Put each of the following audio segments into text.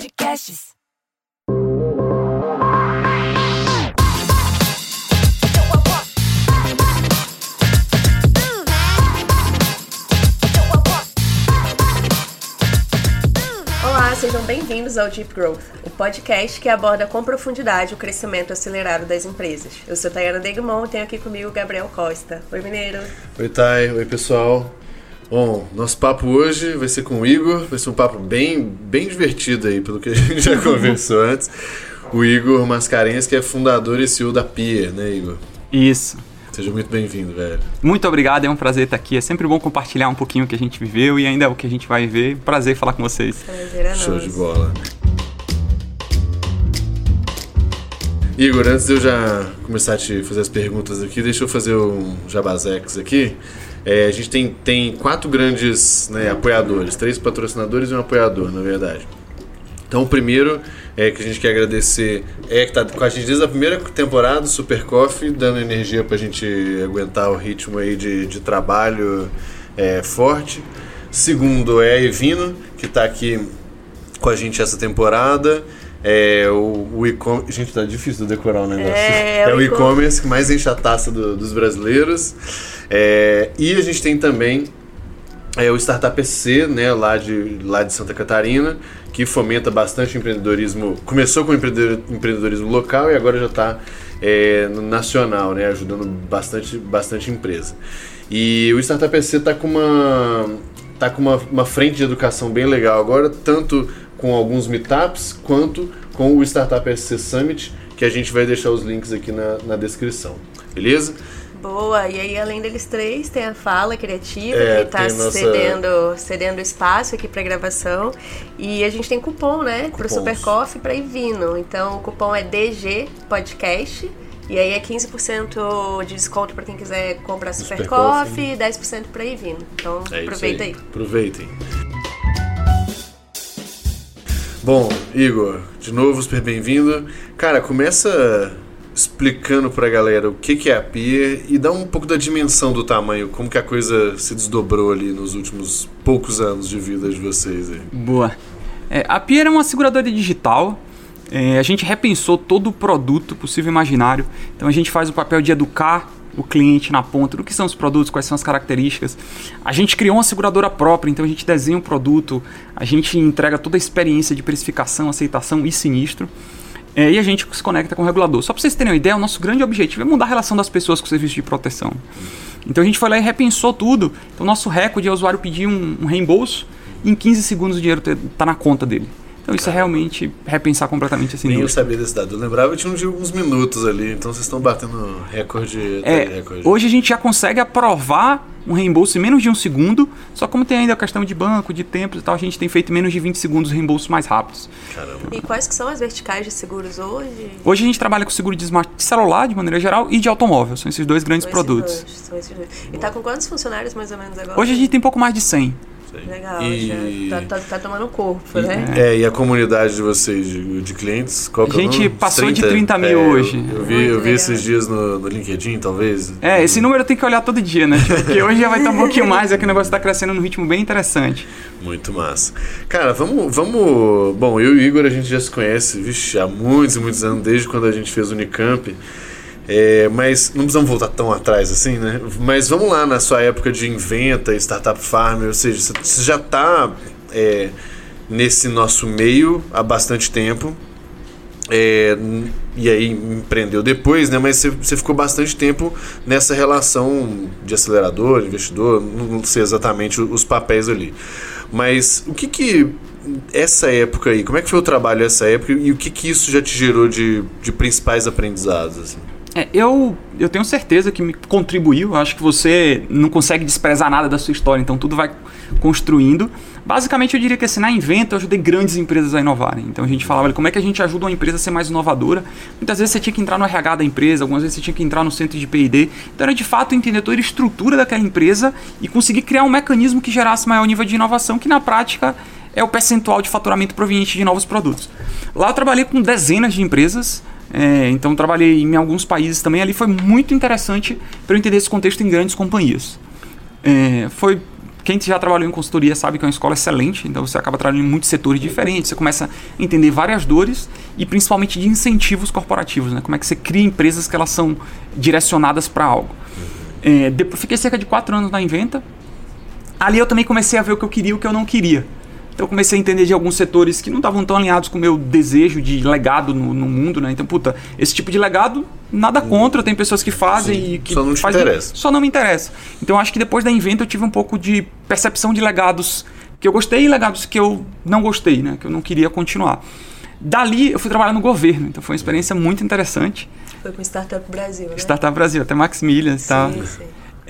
Podcasts. Olá, sejam bem-vindos ao Deep Growth, o podcast que aborda com profundidade o crescimento acelerado das empresas. Eu sou Tayana Degmon e tenho aqui comigo o Gabriel Costa. Oi, Mineiro. Oi, Thay. Oi, pessoal. Bom, nosso papo hoje vai ser com o Igor, vai ser um papo bem divertido aí, pelo que a gente já conversou antes. O Igor Mascarenhas, que é fundador e CEO da Peer, né, Igor? Isso. Seja muito bem-vindo, velho. Muito obrigado, é um prazer estar aqui. É sempre bom compartilhar um pouquinho o que a gente viveu e ainda o que a gente vai ver. Prazer falar com vocês. Prazer é Show nosso. de bola. Igor, antes de eu já começar a te fazer as perguntas aqui, deixa eu fazer um jabazex aqui. A gente tem 4 grandes, né, apoiadores, 3 patrocinadores e um apoiador, na verdade. Então, o primeiro que a gente quer agradecer que está com a gente desde a primeira temporada, o Super Coffee, dando energia para a gente aguentar o ritmo aí de trabalho forte. Segundo é a Evino, que está aqui com a gente essa temporada. O e-commerce. Gente, tá difícil de decorar o negócio. É o e-commerce que mais enche a taça dos brasileiros. E a gente tem também o Startup SC, né, lá de Santa Catarina, que fomenta bastante empreendedorismo. Começou com empreendedorismo local e agora já está no nacional, né, ajudando bastante empresa. E o Startup SC está com uma frente de educação bem legal agora, tanto com alguns meetups, quanto com o Startup SC Summit, que a gente vai deixar os links aqui na descrição, beleza? Boa, e aí além deles 3, tem a Fala Criativa, que está cedendo espaço aqui para gravação. E a gente tem cupom, né, para o Super Coffee e para Evino. Então o cupom é DG Podcast. E aí é 15% de desconto para quem quiser comprar Super Coffee e 10% para Evino. Então aproveita aí. Aproveitem. Bom, Igor, de novo, super bem-vindo. Cara, começa explicando pra galera o que é a Peer e dá um pouco da dimensão do tamanho, como que a coisa se desdobrou ali nos últimos poucos anos de vida de vocês aí. Boa. A Peer é uma seguradora digital. A gente repensou todo o produto possível e imaginário. Então a gente faz o papel de educar o cliente na ponta do que são os produtos, quais são as características. A gente criou uma seguradora própria, então a gente desenha um produto, a gente entrega toda a experiência de precificação, aceitação e sinistro. E a gente se conecta com o regulador. Só para vocês terem uma ideia, o nosso grande objetivo é mudar a relação das pessoas com o serviço de proteção. Então a gente foi lá e repensou tudo. Então o nosso recorde é o usuário pedir um reembolso e em 15 segundos o dinheiro está na conta dele. Então isso é realmente repensar completamente assim. Nem eu sabia desse dado. Eu lembrava que tinha uns minutos ali, então vocês estão batendo recorde. Hoje a gente já consegue aprovar um reembolso em menos de 1 segundo, só como tem ainda a questão de banco, de tempos e tal, a gente tem feito em menos de 20 segundos reembolsos mais rápidos. Caramba. E quais que são as verticais de seguros hoje? Hoje a gente trabalha com seguro de celular, de maneira geral, e de automóvel. São esses 2 grandes produtos. São esses dois. E tá com quantos funcionários mais ou menos agora? Hoje a gente tem pouco mais de 100. Legal, já tá tomando corpo, né? E a comunidade de vocês, de clientes, qual que é o número? A gente passou de 30 mil hoje. Eu vi esses dias no LinkedIn, talvez. Esse número tem que olhar todo dia, né? Porque hoje já vai estar um pouquinho mais, que o negócio tá crescendo num ritmo bem interessante. Muito massa. Cara, vamos... Bom, eu e o Igor, a gente já se conhece, há muitos e muitos anos, desde quando a gente fez o Unicamp. Mas não precisamos voltar tão atrás assim, né? Mas vamos lá na sua época de Inventa, Startup Farmer, ou seja, você já está nesse nosso meio há bastante tempo, e aí empreendeu depois, né? Mas você ficou bastante tempo nessa relação de acelerador, investidor, não sei exatamente os papéis ali. Mas o que essa época aí, como é que foi o trabalho nessa época e o que isso já te gerou de principais aprendizados, assim? Eu tenho certeza que me contribuiu. Acho que você não consegue desprezar nada da sua história, então tudo vai construindo. Basicamente eu diria que assim, na Inventa eu ajudei grandes empresas a inovarem. Então a gente falava, como é que a gente ajuda uma empresa a ser mais inovadora? Muitas vezes você tinha que entrar no RH da empresa, algumas vezes você tinha que entrar no centro de P&D. Então era de fato entender toda a estrutura daquela empresa e conseguir criar um mecanismo que gerasse maior nível de inovação, que na prática é o percentual de faturamento proveniente de novos produtos. Lá eu trabalhei com dezenas de empresas. Então trabalhei em alguns países também. Ali foi muito interessante para eu entender esse contexto em grandes companhias. Foi quem já trabalhou em consultoria sabe que é uma escola excelente, então você acaba trabalhando em muitos setores diferentes, você começa a entender várias dores e principalmente de incentivos corporativos, né? Como é que você cria empresas que elas são direcionadas para algo. Depois, fiquei cerca de 4 anos na Inventa. Ali eu também comecei a ver o que eu queria e o que eu não queria. Então eu comecei a entender de alguns setores que não estavam tão alinhados com o meu desejo de legado no mundo, né? Então, esse tipo de legado, nada contra, tem pessoas que fazem. Sim, e que só não te interessa. Só não me interessa. Então eu acho que depois da Inventa eu tive um pouco de percepção de legados que eu gostei e legados que eu não gostei, né? Que eu não queria continuar. Dali eu fui trabalhar no governo, então foi uma experiência muito interessante. Foi com Startup Brasil, né? Startup Brasil, até Maximilian e tal. Sim.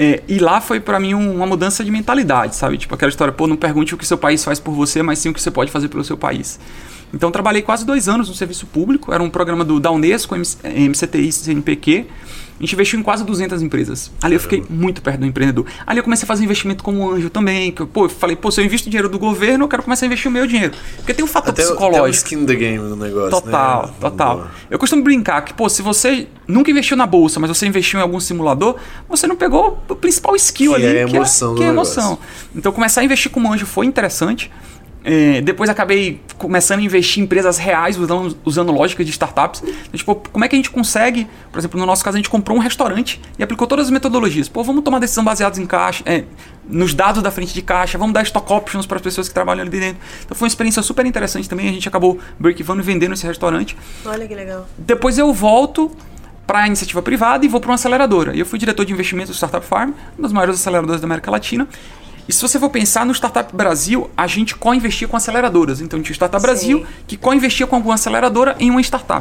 E lá foi pra mim uma mudança de mentalidade, sabe? Tipo aquela história, não pergunte o que seu país faz por você, mas sim o que você pode fazer pelo seu país. Então trabalhei quase 2 anos no serviço público, era um programa da Unesco, MCTI, CNPq. A gente investiu em quase 200 empresas. Ali eu fiquei muito perto do empreendedor. Ali eu comecei a fazer investimento como anjo também. Que eu falei, se eu invisto dinheiro do governo, eu quero começar a investir o meu dinheiro. Porque tem um fator psicológico. Até o skin the game do negócio, total, né? Total. Eu costumo brincar que, se você nunca investiu na bolsa, mas você investiu em algum simulador, você não pegou o principal skill ali, que é a emoção. Então começar a investir como anjo foi interessante. Depois acabei começando a investir em empresas reais usando lógica de startups. Então, como é que a gente consegue, por exemplo, no nosso caso a gente comprou um restaurante e aplicou todas as metodologias. Vamos tomar decisão baseadas em caixa, nos dados da frente de caixa, vamos dar stock options para as pessoas que trabalham ali dentro. Então foi uma experiência super interessante também, a gente acabou break-even vendendo esse restaurante. Olha que legal. Depois eu volto para a iniciativa privada e vou para uma aceleradora. E eu fui diretor de investimento do Startup Farm, uma das maiores aceleradoras da América Latina. E se você for pensar no Startup Brasil, a gente co-investia com aceleradoras. Então tinha o Startup Brasil que co-investia com alguma aceleradora em uma startup.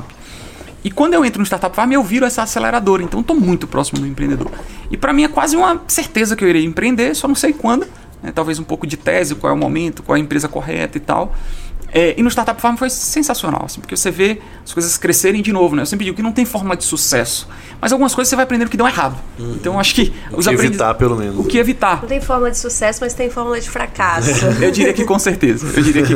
E quando eu entro no Startup Farm, eu viro essa aceleradora. Então estou muito próximo do empreendedor. E para mim é quase uma certeza que eu irei empreender, só não sei quando. Talvez um pouco de tese, qual é o momento, qual é a empresa correta e tal. E no Startup Farm foi sensacional, assim, porque você vê as coisas crescerem de novo, né? Eu sempre digo que não tem fórmula de sucesso, mas algumas coisas você vai aprendendo que dão errado. Então eu acho que evitar, pelo menos. O que evitar? Não tem fórmula de sucesso, mas tem fórmula de fracasso. Eu diria que com certeza.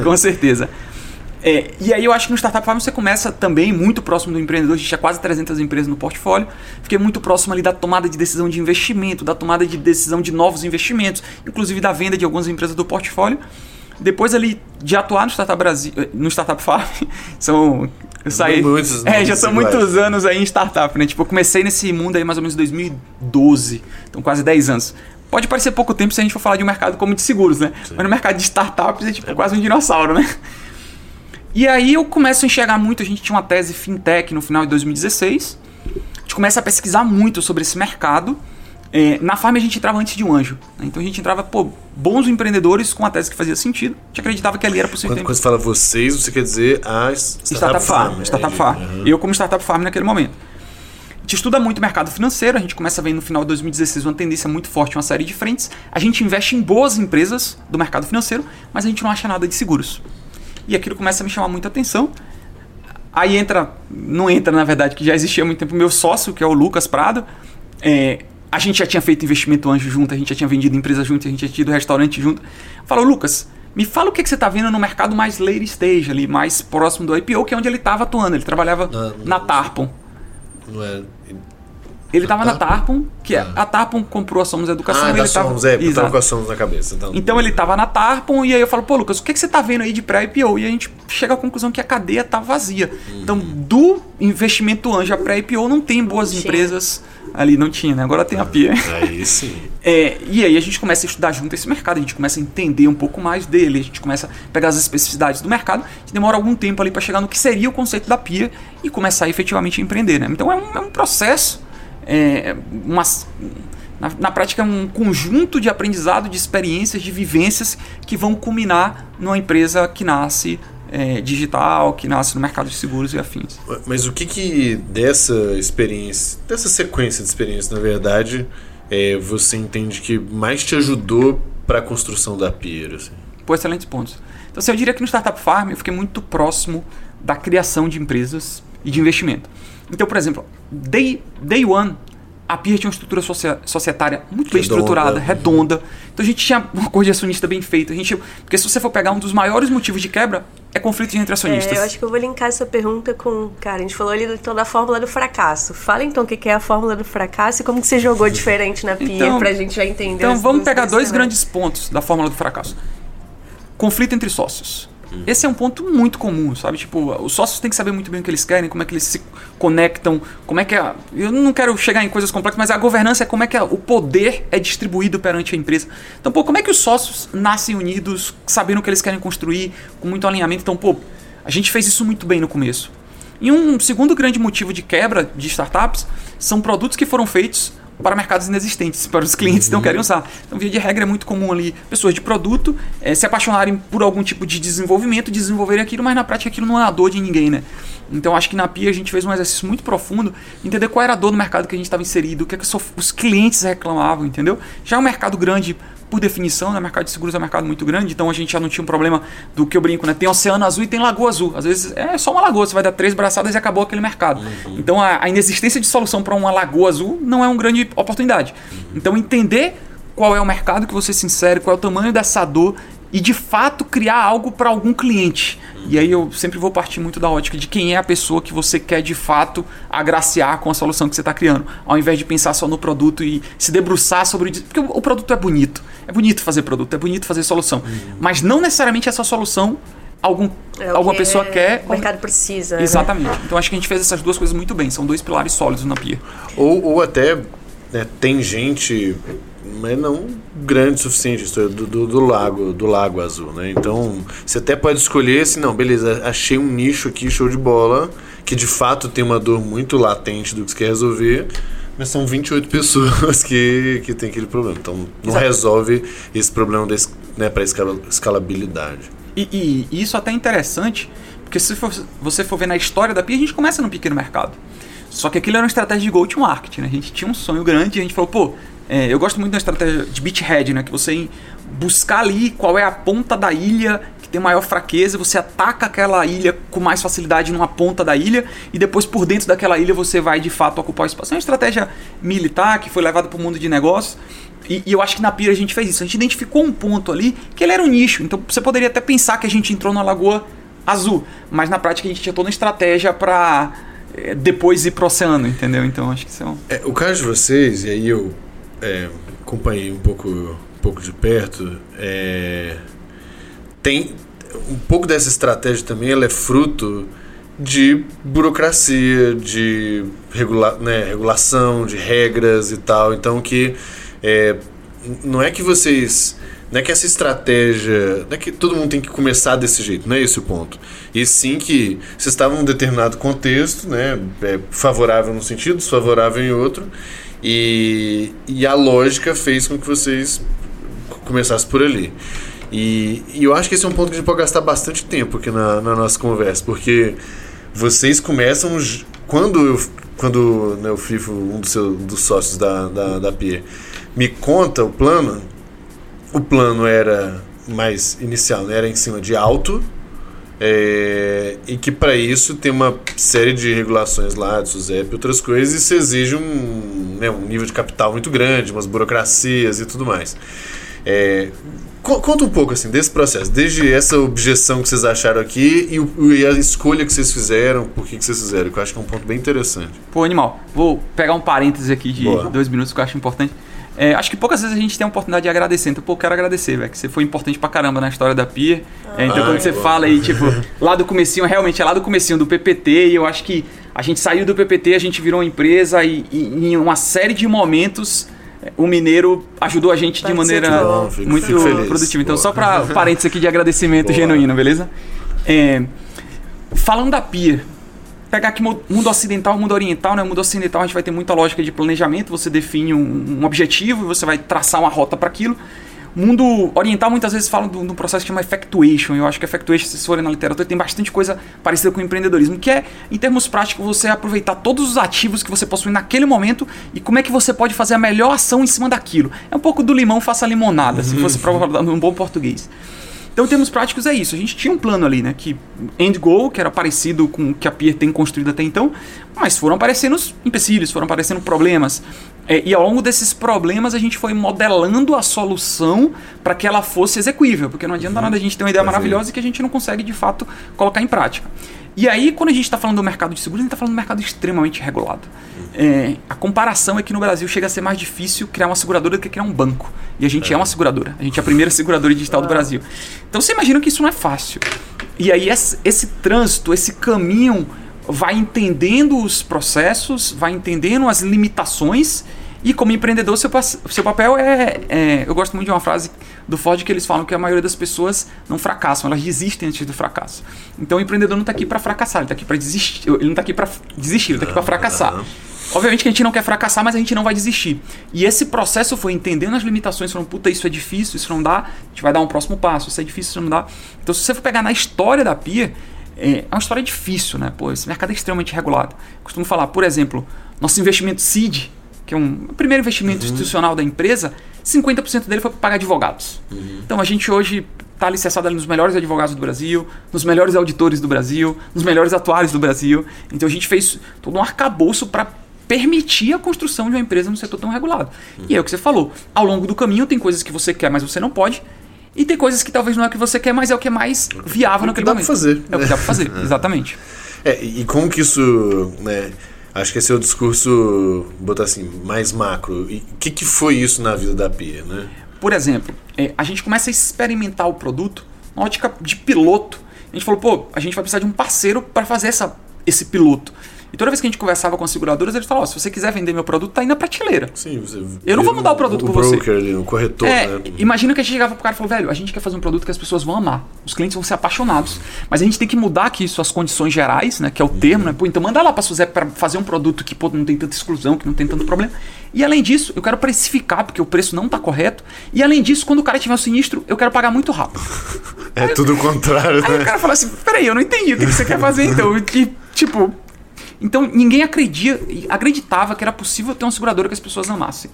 E aí eu acho que no Startup Farm você começa também muito próximo do empreendedor. A gente tinha quase 300 empresas no portfólio. Fiquei muito próximo ali da tomada de decisão de investimento, da tomada de decisão de novos investimentos, inclusive da venda de algumas empresas do portfólio. Depois ali de atuar no Startup Brasil, no Startup Farm, eu saí. Já são muitos anos aí em startup, né? Eu comecei nesse mundo aí mais ou menos em 2012, então quase 10 anos. Pode parecer pouco tempo se a gente for falar de um mercado como de seguros, né? Sim. Mas no mercado de startups é quase um dinossauro, né? E aí eu começo a enxergar muito, a gente tinha uma tese fintech no final de 2016, a gente começa a pesquisar muito sobre esse mercado. Na Farm a gente entrava antes de um anjo, né? Então a gente entrava, bons empreendedores com a tese que fazia sentido. A gente acreditava que ali era possível. Quando você fala vocês, você quer dizer a Startup Farm. Startup Farm. Eu como Startup Farm naquele momento. A gente estuda muito o mercado financeiro, a gente começa a ver no final de 2016 uma tendência muito forte, uma série de frentes. A gente investe em boas empresas do mercado financeiro, mas a gente não acha nada de seguros. E aquilo começa a me chamar muita atenção. Aí não entra na verdade, que já existia há muito tempo o meu sócio, que é o Lucas Prado. A gente já tinha feito investimento anjo junto, a gente já tinha vendido empresa junto, a gente já tinha tido restaurante junto. Falou, Lucas, me fala o que você está vendo no mercado mais late stage, ali, mais próximo do IPO, que é onde ele estava atuando. Ele trabalhava na Tarpon. Não é... Ele estava na Tarpon, que a Tarpon comprou a Somos Educação. Ele estava com a Somos na cabeça. Então ele estava na Tarpon e aí eu falo, Lucas, o que você está vendo aí de pré-IPO? E a gente chega à conclusão que a cadeia está vazia. Então, do investimento anjo a pré-IPO não tem boas empresas ali, não tinha, né? Agora tem a Pia. Aí sim. E aí a gente começa a estudar junto esse mercado, a gente começa a entender um pouco mais dele, a gente começa a pegar as especificidades do mercado, a gente demora algum tempo ali para chegar no que seria o conceito da Pia e começar efetivamente a empreender, né? Então é um processo, na prática é um conjunto de aprendizado, de experiências, de vivências que vão culminar numa empresa que nasce digital, que nasce no mercado de seguros e afins. Mas o que dessa experiência, dessa sequência de experiência, na verdade, você entende que mais te ajudou para a construção da Pia? Assim? Excelentes pontos. Então, assim, eu diria que no Startup Farm eu fiquei muito próximo da criação de empresas e de investimento. Então, por exemplo, Day One, A Peer tinha uma estrutura societária muito bem estruturada, redonda. Então a gente tinha uma coisa de acionista bem feita. Porque se você for pegar um dos maiores motivos de quebra, é conflito entre acionistas. Eu acho que eu vou linkar essa pergunta com... Cara, a gente falou ali então da fórmula do fracasso. Fala então o que é a fórmula do fracasso e como que você jogou diferente na Peer pra gente já entender. Então vamos pegar dois grandes pontos da fórmula do fracasso. Conflito entre sócios. Esse é um ponto muito comum, sabe? Tipo, os sócios têm que saber muito bem o que eles querem, como é que eles se conectam, como é que eu não quero chegar em coisas complexas, mas a governança é como é que o poder é distribuído perante a empresa. Então, como é que os sócios nascem unidos, sabendo o que eles querem construir, com muito alinhamento? Então, a gente fez isso muito bem no começo. E um segundo grande motivo de quebra de startups são produtos que foram feitos para mercados inexistentes, para os clientes que não querem usar. Então, via de regra, é muito comum ali pessoas de produto se apaixonarem por algum tipo de desenvolvimento, desenvolverem aquilo, mas na prática aquilo não é a dor de ninguém, né? Então, acho que na Peer a gente fez um exercício muito profundo, entender qual era a dor no mercado que a gente estava inserido, o que os clientes reclamavam, entendeu? Já é um mercado grande, por definição, né? O mercado de seguros é um mercado muito grande, então a gente já não tinha um problema do que eu brinco, né? Tem oceano azul e tem lagoa azul. Às vezes é só uma lagoa, você vai dar 3 braçadas e acabou aquele mercado. Então a inexistência de solução para uma lagoa azul não é uma grande oportunidade. Então entender qual é o mercado que você se insere, qual é o tamanho dessa dor e de fato criar algo para algum cliente. E aí eu sempre vou partir muito da ótica de quem é a pessoa que você quer de fato agraciar com a solução que você está criando, ao invés de pensar só no produto e se debruçar sobre... Porque o produto é bonito fazer produto, é bonito fazer solução, mas não necessariamente essa solução alguma pessoa quer... O mercado precisa. Exatamente. Né? Então acho que a gente fez essas duas coisas muito bem, são 2 pilares sólidos na Peer. Ou até, né, tem gente... mas não grande o suficiente, do lago azul, né? Então, você até pode escolher assim, não, beleza, achei um nicho aqui, show de bola, que de fato tem uma dor muito latente do que você quer resolver, mas são 28 pessoas que tem aquele problema. Então, não resolve esse problema para escalabilidade. E isso até é interessante, porque se você for ver na história da Peer, a gente começa num pequeno mercado. Só que aquilo era uma estratégia de go-to-market, né? A gente tinha um sonho grande e a gente falou, eu gosto muito da estratégia de beachhead, né? Que você buscar ali qual é a ponta da ilha que tem maior fraqueza, você ataca aquela ilha com mais facilidade numa ponta da ilha e depois por dentro daquela ilha você vai de fato ocupar o espaço. É uma estratégia militar que foi levada para o mundo de negócios e eu acho que na Peer a gente fez isso. A gente identificou um ponto ali que ele era um nicho, então você poderia até pensar que a gente entrou na Lagoa Azul, mas na prática a gente tinha toda uma estratégia para depois ir pro oceano, entendeu? Então acho que isso é o caso de vocês, e aí eu acompanhei um pouco de perto, tem um pouco dessa estratégia também, ela é fruto de burocracia, de regulação, de regras e tal. Então que não é que vocês... Não é que essa estratégia... Não é que todo mundo tem que começar desse jeito, não é esse o ponto. E sim que vocês estavam em um determinado contexto, né, favorável num sentido, desfavorável em outro, e a lógica fez com que vocês começassem por ali. E eu acho que esse é um ponto que a gente pode gastar bastante tempo aqui na nossa conversa, porque vocês começam... Quando o Fifo, um dos sócios da Peer, me conta o plano era mais inicial, né? Era em cima de auto, e que para isso tem uma série de regulações lá, de SUSEP e outras coisas, e isso exige um nível de capital muito grande, umas burocracias e tudo mais. Conta um pouco assim, desse processo, desde essa objeção que vocês acharam aqui e a escolha que vocês fizeram, por que vocês fizeram, que eu acho que é um ponto bem interessante. Pô, animal, vou pegar um parêntese aqui de 2 minutos que eu acho importante. Acho que poucas vezes a gente tem a oportunidade de agradecer. Então, quero agradecer, velho, que você foi importante pra caramba na história da Peer. Então, quando você fala aí, tipo, lá do comecinho, realmente é lá do comecinho do PPT, e eu acho que a gente saiu do PPT, a gente virou uma empresa e em uma série de momentos o Mineiro ajudou a gente de maneira muito produtiva. Então, só para parênteses aqui de agradecimento genuíno, beleza? Falando da Peer, pegar aqui mundo ocidental, mundo oriental, né? Mundo ocidental a gente vai ter muita lógica de planejamento, você define um objetivo e você vai traçar uma rota para aquilo. Mundo oriental muitas vezes fala de um processo que chama effectuation. Eu acho que effectuation, se vocês forem na literatura, tem bastante coisa parecida com o empreendedorismo, que é, em termos práticos, você aproveitar todos os ativos que você possui naquele momento e como é que você pode fazer a melhor ação em cima daquilo. É um pouco do limão, faça limonada, se fosse para falar num bom português. Então, em termos práticos, é isso. A gente tinha um plano ali, né? Que end goal, que era parecido com o que a Peer tem construído até então, mas foram aparecendo empecilhos, foram aparecendo problemas. E ao longo desses problemas a gente foi modelando a solução para que ela fosse execuível, porque não adianta nada a gente ter uma ideia maravilhosa e que a gente não consegue de fato colocar em prática. E aí, quando a gente está falando do mercado de seguros, a gente está falando do mercado extremamente regulado. A comparação é que no Brasil chega a ser mais difícil criar uma seguradora do que criar um banco. E a gente é uma seguradora. A gente é a primeira seguradora digital do Brasil. Então você imagina que isso não é fácil. E aí esse trânsito, esse caminho vai entendendo os processos, vai entendendo as limitações. E como empreendedor, seu papel eu gosto muito de uma frase do Ford que eles falam que a maioria das pessoas não fracassam, elas desistem antes do fracasso. Então o empreendedor não está aqui para fracassar, ele está aqui para desistir. Ele não está aqui para desistir, ele está aqui para fracassar. Obviamente que a gente não quer fracassar, mas a gente não vai desistir. E esse processo foi entendendo as limitações, falando, puta, isso é difícil, isso não dá, a gente vai dar um próximo passo, isso é difícil, isso não dá. Então se você for pegar na história da Pia, é uma história difícil, né? Pô, esse mercado é extremamente regulado. Eu costumo falar, por exemplo, nosso investimento seed, que é o primeiro investimento institucional da empresa, 50% dele foi para pagar advogados. Então a gente hoje está alicerçado ali nos melhores advogados do Brasil, nos melhores auditores do Brasil, nos melhores atuários do Brasil. Então a gente fez todo um arcabouço para permitir a construção de uma empresa num setor tão regulado. E é o que você falou. Ao longo do caminho tem coisas que você quer, mas você não pode. E tem coisas que talvez não é o que você quer, mas é o que é mais viável naquele momento. É o que dá para fazer. É o que dá para fazer, exatamente. E como que isso... né? Acho que esse é o discurso, botar assim, mais macro. E o que foi isso na vida da Pia, né? Por exemplo, a gente começa a experimentar o produto na ótica de piloto. A gente falou, pô, a gente vai precisar de um parceiro para fazer esse piloto. E toda vez que a gente conversava com as seguradoras, eles falavam, se você quiser vender meu produto, tá aí na prateleira. Sim, eu não vou mudar o produto por você. O broker ali, o corretor, né? Imagina que a gente chegava pro cara e falou, velho, a gente quer fazer um produto que as pessoas vão amar. Os clientes vão ser apaixonados. Mas a gente tem que mudar aqui suas condições gerais, né? Que é o termo, né? Pô, então manda lá pra Suzep para fazer um produto que não tem tanta exclusão, que não tem tanto problema. E além disso, eu quero precificar, porque o preço não tá correto. E além disso, quando o cara tiver um sinistro, eu quero pagar muito rápido. Tudo o contrário, né? Aí o cara fala assim, peraí, eu não entendi o que você quer fazer então. Então ninguém acreditava que era possível ter uma seguradora que as pessoas amassem.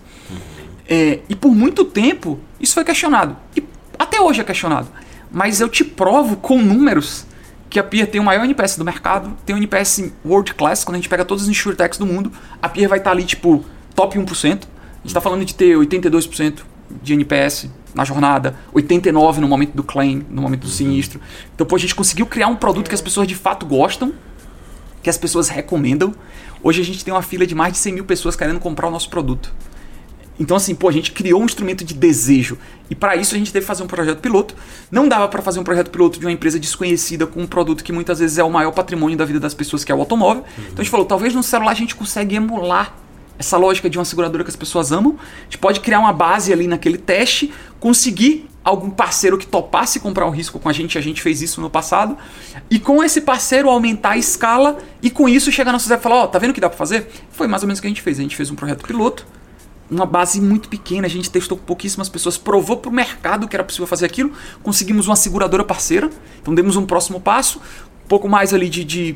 E por muito tempo isso foi questionado. E até hoje é questionado. Mas eu te provo com números que a Pia tem o maior NPS do mercado, tem um NPS world class, quando a gente pega todos os insurtechs do mundo, a Pia vai estar ali tipo top 1%. A gente está falando de ter 82% de NPS na jornada, 89% no momento do claim, no momento do sinistro. Então pô, a gente conseguiu criar um produto que as pessoas de fato gostam, que as pessoas recomendam. Hoje a gente tem uma fila de mais de 100 mil pessoas querendo comprar o nosso produto. Então assim, pô, a gente criou um instrumento de desejo. E para isso a gente teve que fazer um projeto piloto. Não dava para fazer um projeto piloto de uma empresa desconhecida com um produto que muitas vezes é o maior patrimônio da vida das pessoas, que é o automóvel. Então a gente falou, talvez no celular a gente consegue emular essa lógica de uma seguradora que as pessoas amam. A gente pode criar uma base ali naquele teste, conseguir algum parceiro que topasse comprar o risco com a gente fez isso no passado, e com esse parceiro aumentar a escala, e com isso chegar na Suzep e falar, tá vendo o que dá pra fazer? Foi mais ou menos o que a gente fez. A gente fez um projeto piloto, uma base muito pequena, a gente testou com pouquíssimas pessoas, provou pro mercado que era possível fazer aquilo, conseguimos uma seguradora parceira, então demos um próximo passo, um pouco mais ali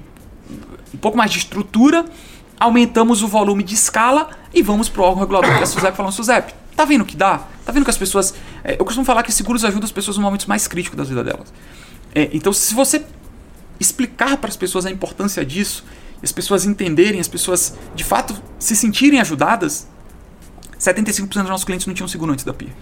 um pouco mais de estrutura, aumentamos o volume de escala e vamos pro órgão regulador que é a Suzep, falando, Suzep, tá vendo o que dá? Tá vendo que as pessoas... eu costumo falar que seguros ajudam as pessoas nos momentos mais críticos da vida delas. Então, se você explicar para as pessoas a importância disso, as pessoas entenderem, as pessoas de fato se sentirem ajudadas, 75% dos nossos clientes não tinham seguro antes da Pia.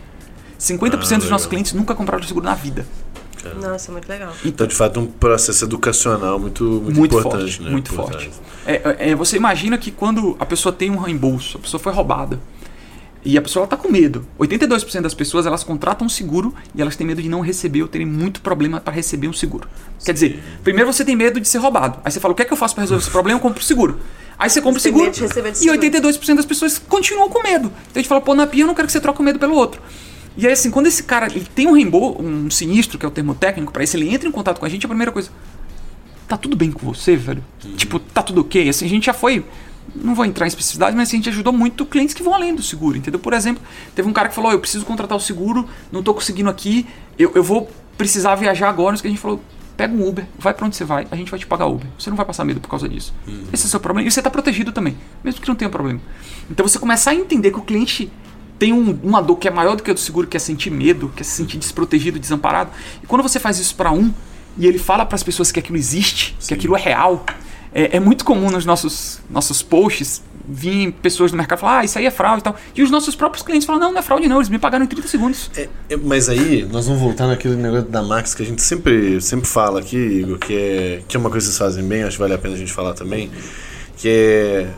50% dos nossos clientes nunca compraram seguro na vida. Nossa, muito legal. Então, de fato, um processo educacional muito importante. Forte, né? Muito forte. Você imagina que quando a pessoa tem um reembolso, a pessoa foi roubada, e a pessoa está com medo. 82% das pessoas elas contratam um seguro e elas têm medo de não receber ou terem muito problema para receber um seguro. Sim. Quer dizer, primeiro você tem medo de ser roubado. Aí você fala, o que é que eu faço para resolver esse problema? Eu compro o seguro. Aí você compra o seguro e 82% das pessoas continuam com medo. Então a gente fala, pô, na Pia eu não quero que você troque o medo pelo outro. E aí assim, quando esse cara ele tem um reembolso, um sinistro, que é o termo técnico, para isso ele entra em contato com a gente, a primeira coisa, tá tudo bem com você, velho? Tipo, tá tudo ok? Assim, a gente já foi... Não vou entrar em especificidade, mas a gente ajudou muito clientes que vão além do seguro, entendeu? Por exemplo, teve um cara que falou, eu preciso contratar o seguro, não tô conseguindo aqui, eu vou precisar viajar agora. Isso que a gente falou, pega um Uber, vai pra onde você vai, a gente vai te pagar Uber. Você não vai passar medo por causa disso. Esse é o seu problema. E você tá protegido também, mesmo que não tenha problema. Então você começar a entender que o cliente tem uma dor que é maior do que a do seguro, que é sentir medo, que é se sentir desprotegido, desamparado. E quando você faz isso para e ele fala para as pessoas que aquilo existe, que aquilo é real... É muito comum nos nossos posts, vir pessoas do mercado falar, isso aí é fraude e tal. E os nossos próprios clientes falam, não é fraude não, eles me pagaram em 30 segundos. Mas aí, nós vamos voltar naquele negócio da Max que a gente sempre fala aqui, Igor, que é uma coisa que vocês fazem bem, acho que vale a pena a gente falar também, que é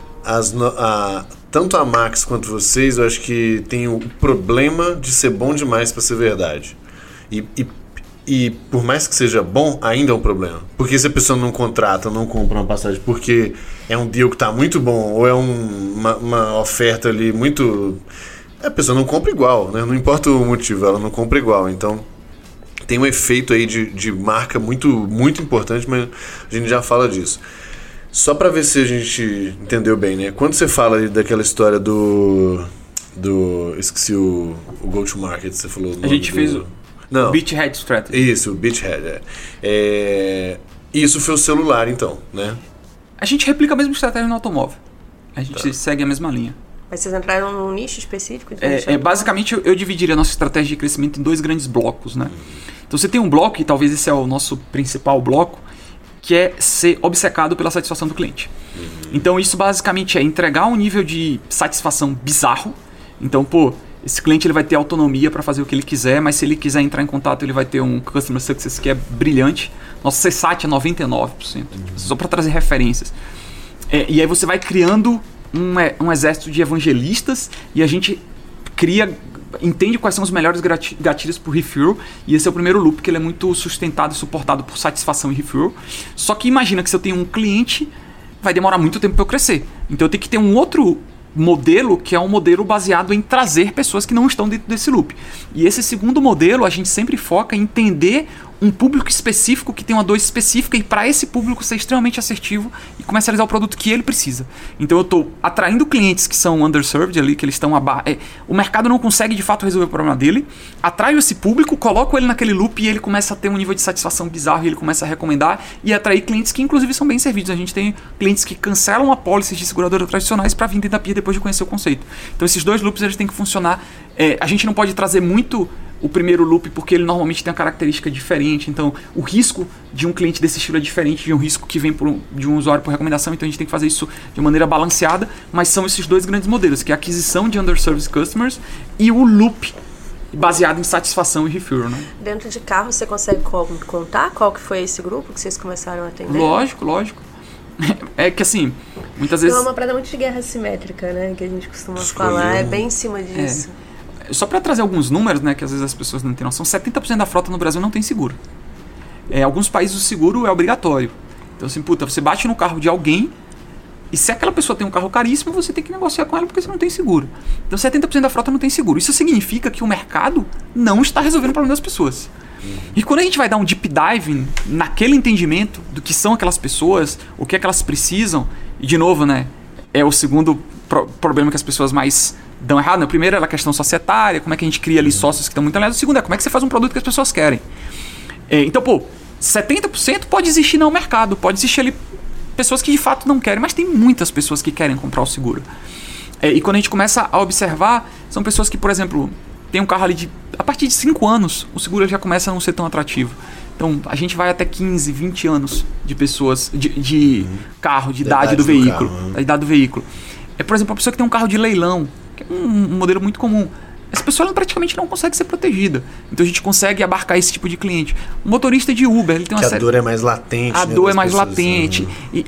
tanto a Max quanto vocês, eu acho que tem o problema de ser bom demais para ser verdade. E por mais que seja bom, ainda é um problema. Porque se a pessoa não contrata, não compra uma passagem porque é um deal que está muito bom, ou é uma oferta ali muito... A pessoa não compra igual, né? Não importa o motivo, ela não compra igual. Então, tem um efeito aí de marca muito, muito importante, mas a gente já fala disso. Só para ver se a gente entendeu bem, né? Quando você fala daquela história do esqueci o go-to-market, você falou... A gente fez o Beachhead Strategy. Isso, o Beachhead. Isso foi o celular, então, né? A gente replica a mesma estratégia no automóvel. A gente segue a mesma linha. Mas vocês entraram num nicho específico? Basicamente, eu dividiria a nossa estratégia de crescimento em 2 grandes blocos, né? Então, você tem um bloco, e talvez esse é o nosso principal bloco, que é ser obcecado pela satisfação do cliente. Então, isso basicamente é entregar um nível de satisfação bizarro. Então, esse cliente ele vai ter autonomia para fazer o que ele quiser, mas se ele quiser entrar em contato, ele vai ter um Customer Success que é brilhante. Nosso CSAT é 99%, só para trazer referências. E aí você vai criando um exército de evangelistas e a gente entende quais são os melhores gatilhos para o referral, e esse é o primeiro loop, que ele é muito sustentado e suportado por satisfação e referral. Só que imagina que se eu tenho um cliente, vai demorar muito tempo para eu crescer. Então eu tenho que ter um outro modelo, que é um modelo baseado em trazer pessoas que não estão dentro desse loop. E esse segundo modelo, a gente sempre foca em entender um público específico que tem uma dor específica e para esse público ser extremamente assertivo e comercializar o produto que ele precisa. Então eu estou atraindo clientes que são underserved ali, que eles estão o mercado não consegue de fato resolver o problema dele, atraio esse público, coloco ele naquele loop e ele começa a ter um nível de satisfação bizarro e ele começa a recomendar e atrair clientes que inclusive são bem servidos. A gente tem clientes que cancelam apólices de seguradora tradicionais para vir dentro da Pia depois de conhecer o conceito. Então esses 2 loops eles têm que funcionar. A gente não pode trazer muito o primeiro loop porque ele normalmente tem uma característica diferente, então o risco de um cliente desse estilo é diferente de um risco que vem de um usuário por recomendação, então a gente tem que fazer isso de maneira balanceada, mas são esses 2 grandes modelos, que é a aquisição de underserved customers e o loop baseado em satisfação e referral, né? Dentro de carro você consegue contar qual que foi esse grupo que vocês começaram a atender? Lógico. É que assim, muitas vezes... É uma parada muito de guerra assimétrica, né? Que a gente costuma falar, é bem em cima disso. Só para trazer alguns números, né, que às vezes as pessoas não têm noção, 70% da frota no Brasil não tem seguro. Em alguns países o seguro é obrigatório. Então assim, você bate no carro de alguém e se aquela pessoa tem um carro caríssimo, você tem que negociar com ela porque você não tem seguro. Então 70% da frota não tem seguro. Isso significa que o mercado não está resolvendo o problema das pessoas. E quando a gente vai dar um deep dive naquele entendimento do que são aquelas pessoas, o que é que elas precisam, e de novo, né, é o segundo problema que as pessoas mais dão errado, né? O primeiro é a questão societária, como é que a gente cria ali sócios que estão muito alinhados. O segundo é como é que você faz um produto que as pessoas querem. Então, 70% pode existir no mercado, pode existir ali pessoas que de fato não querem, mas tem muitas pessoas que querem comprar o seguro. E quando a gente começa a observar, são pessoas que, por exemplo, tem um carro ali a partir de 5 anos, o seguro já começa a não ser tão atrativo. Então, a gente vai até 15, 20 anos de pessoas, de carro, de idade do veículo. Da idade do veículo. Por exemplo, uma pessoa que tem um carro de leilão, que é um modelo muito comum. Essa pessoa ela praticamente não consegue ser protegida. Então a gente consegue abarcar esse tipo de cliente. Um motorista de Uber, ele tem uma a dor é mais latente. A dor é mais latente.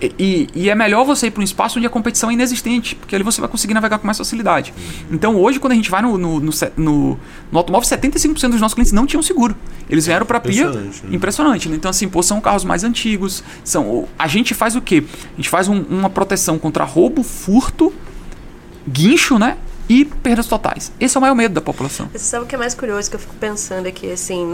E é melhor você ir para um espaço onde a competição é inexistente, porque ali você vai conseguir navegar com mais facilidade. Então hoje, quando a gente vai no automóvel, 75% dos nossos clientes não tinham seguro. Eles vieram para a Pia. Impressionante. Né? Então assim, são carros mais antigos. A gente faz o quê? A gente faz uma proteção contra roubo, furto, guincho, né? E perdas totais. Esse é o maior medo da população. Você sabe o que é mais curioso que eu fico pensando aqui, assim,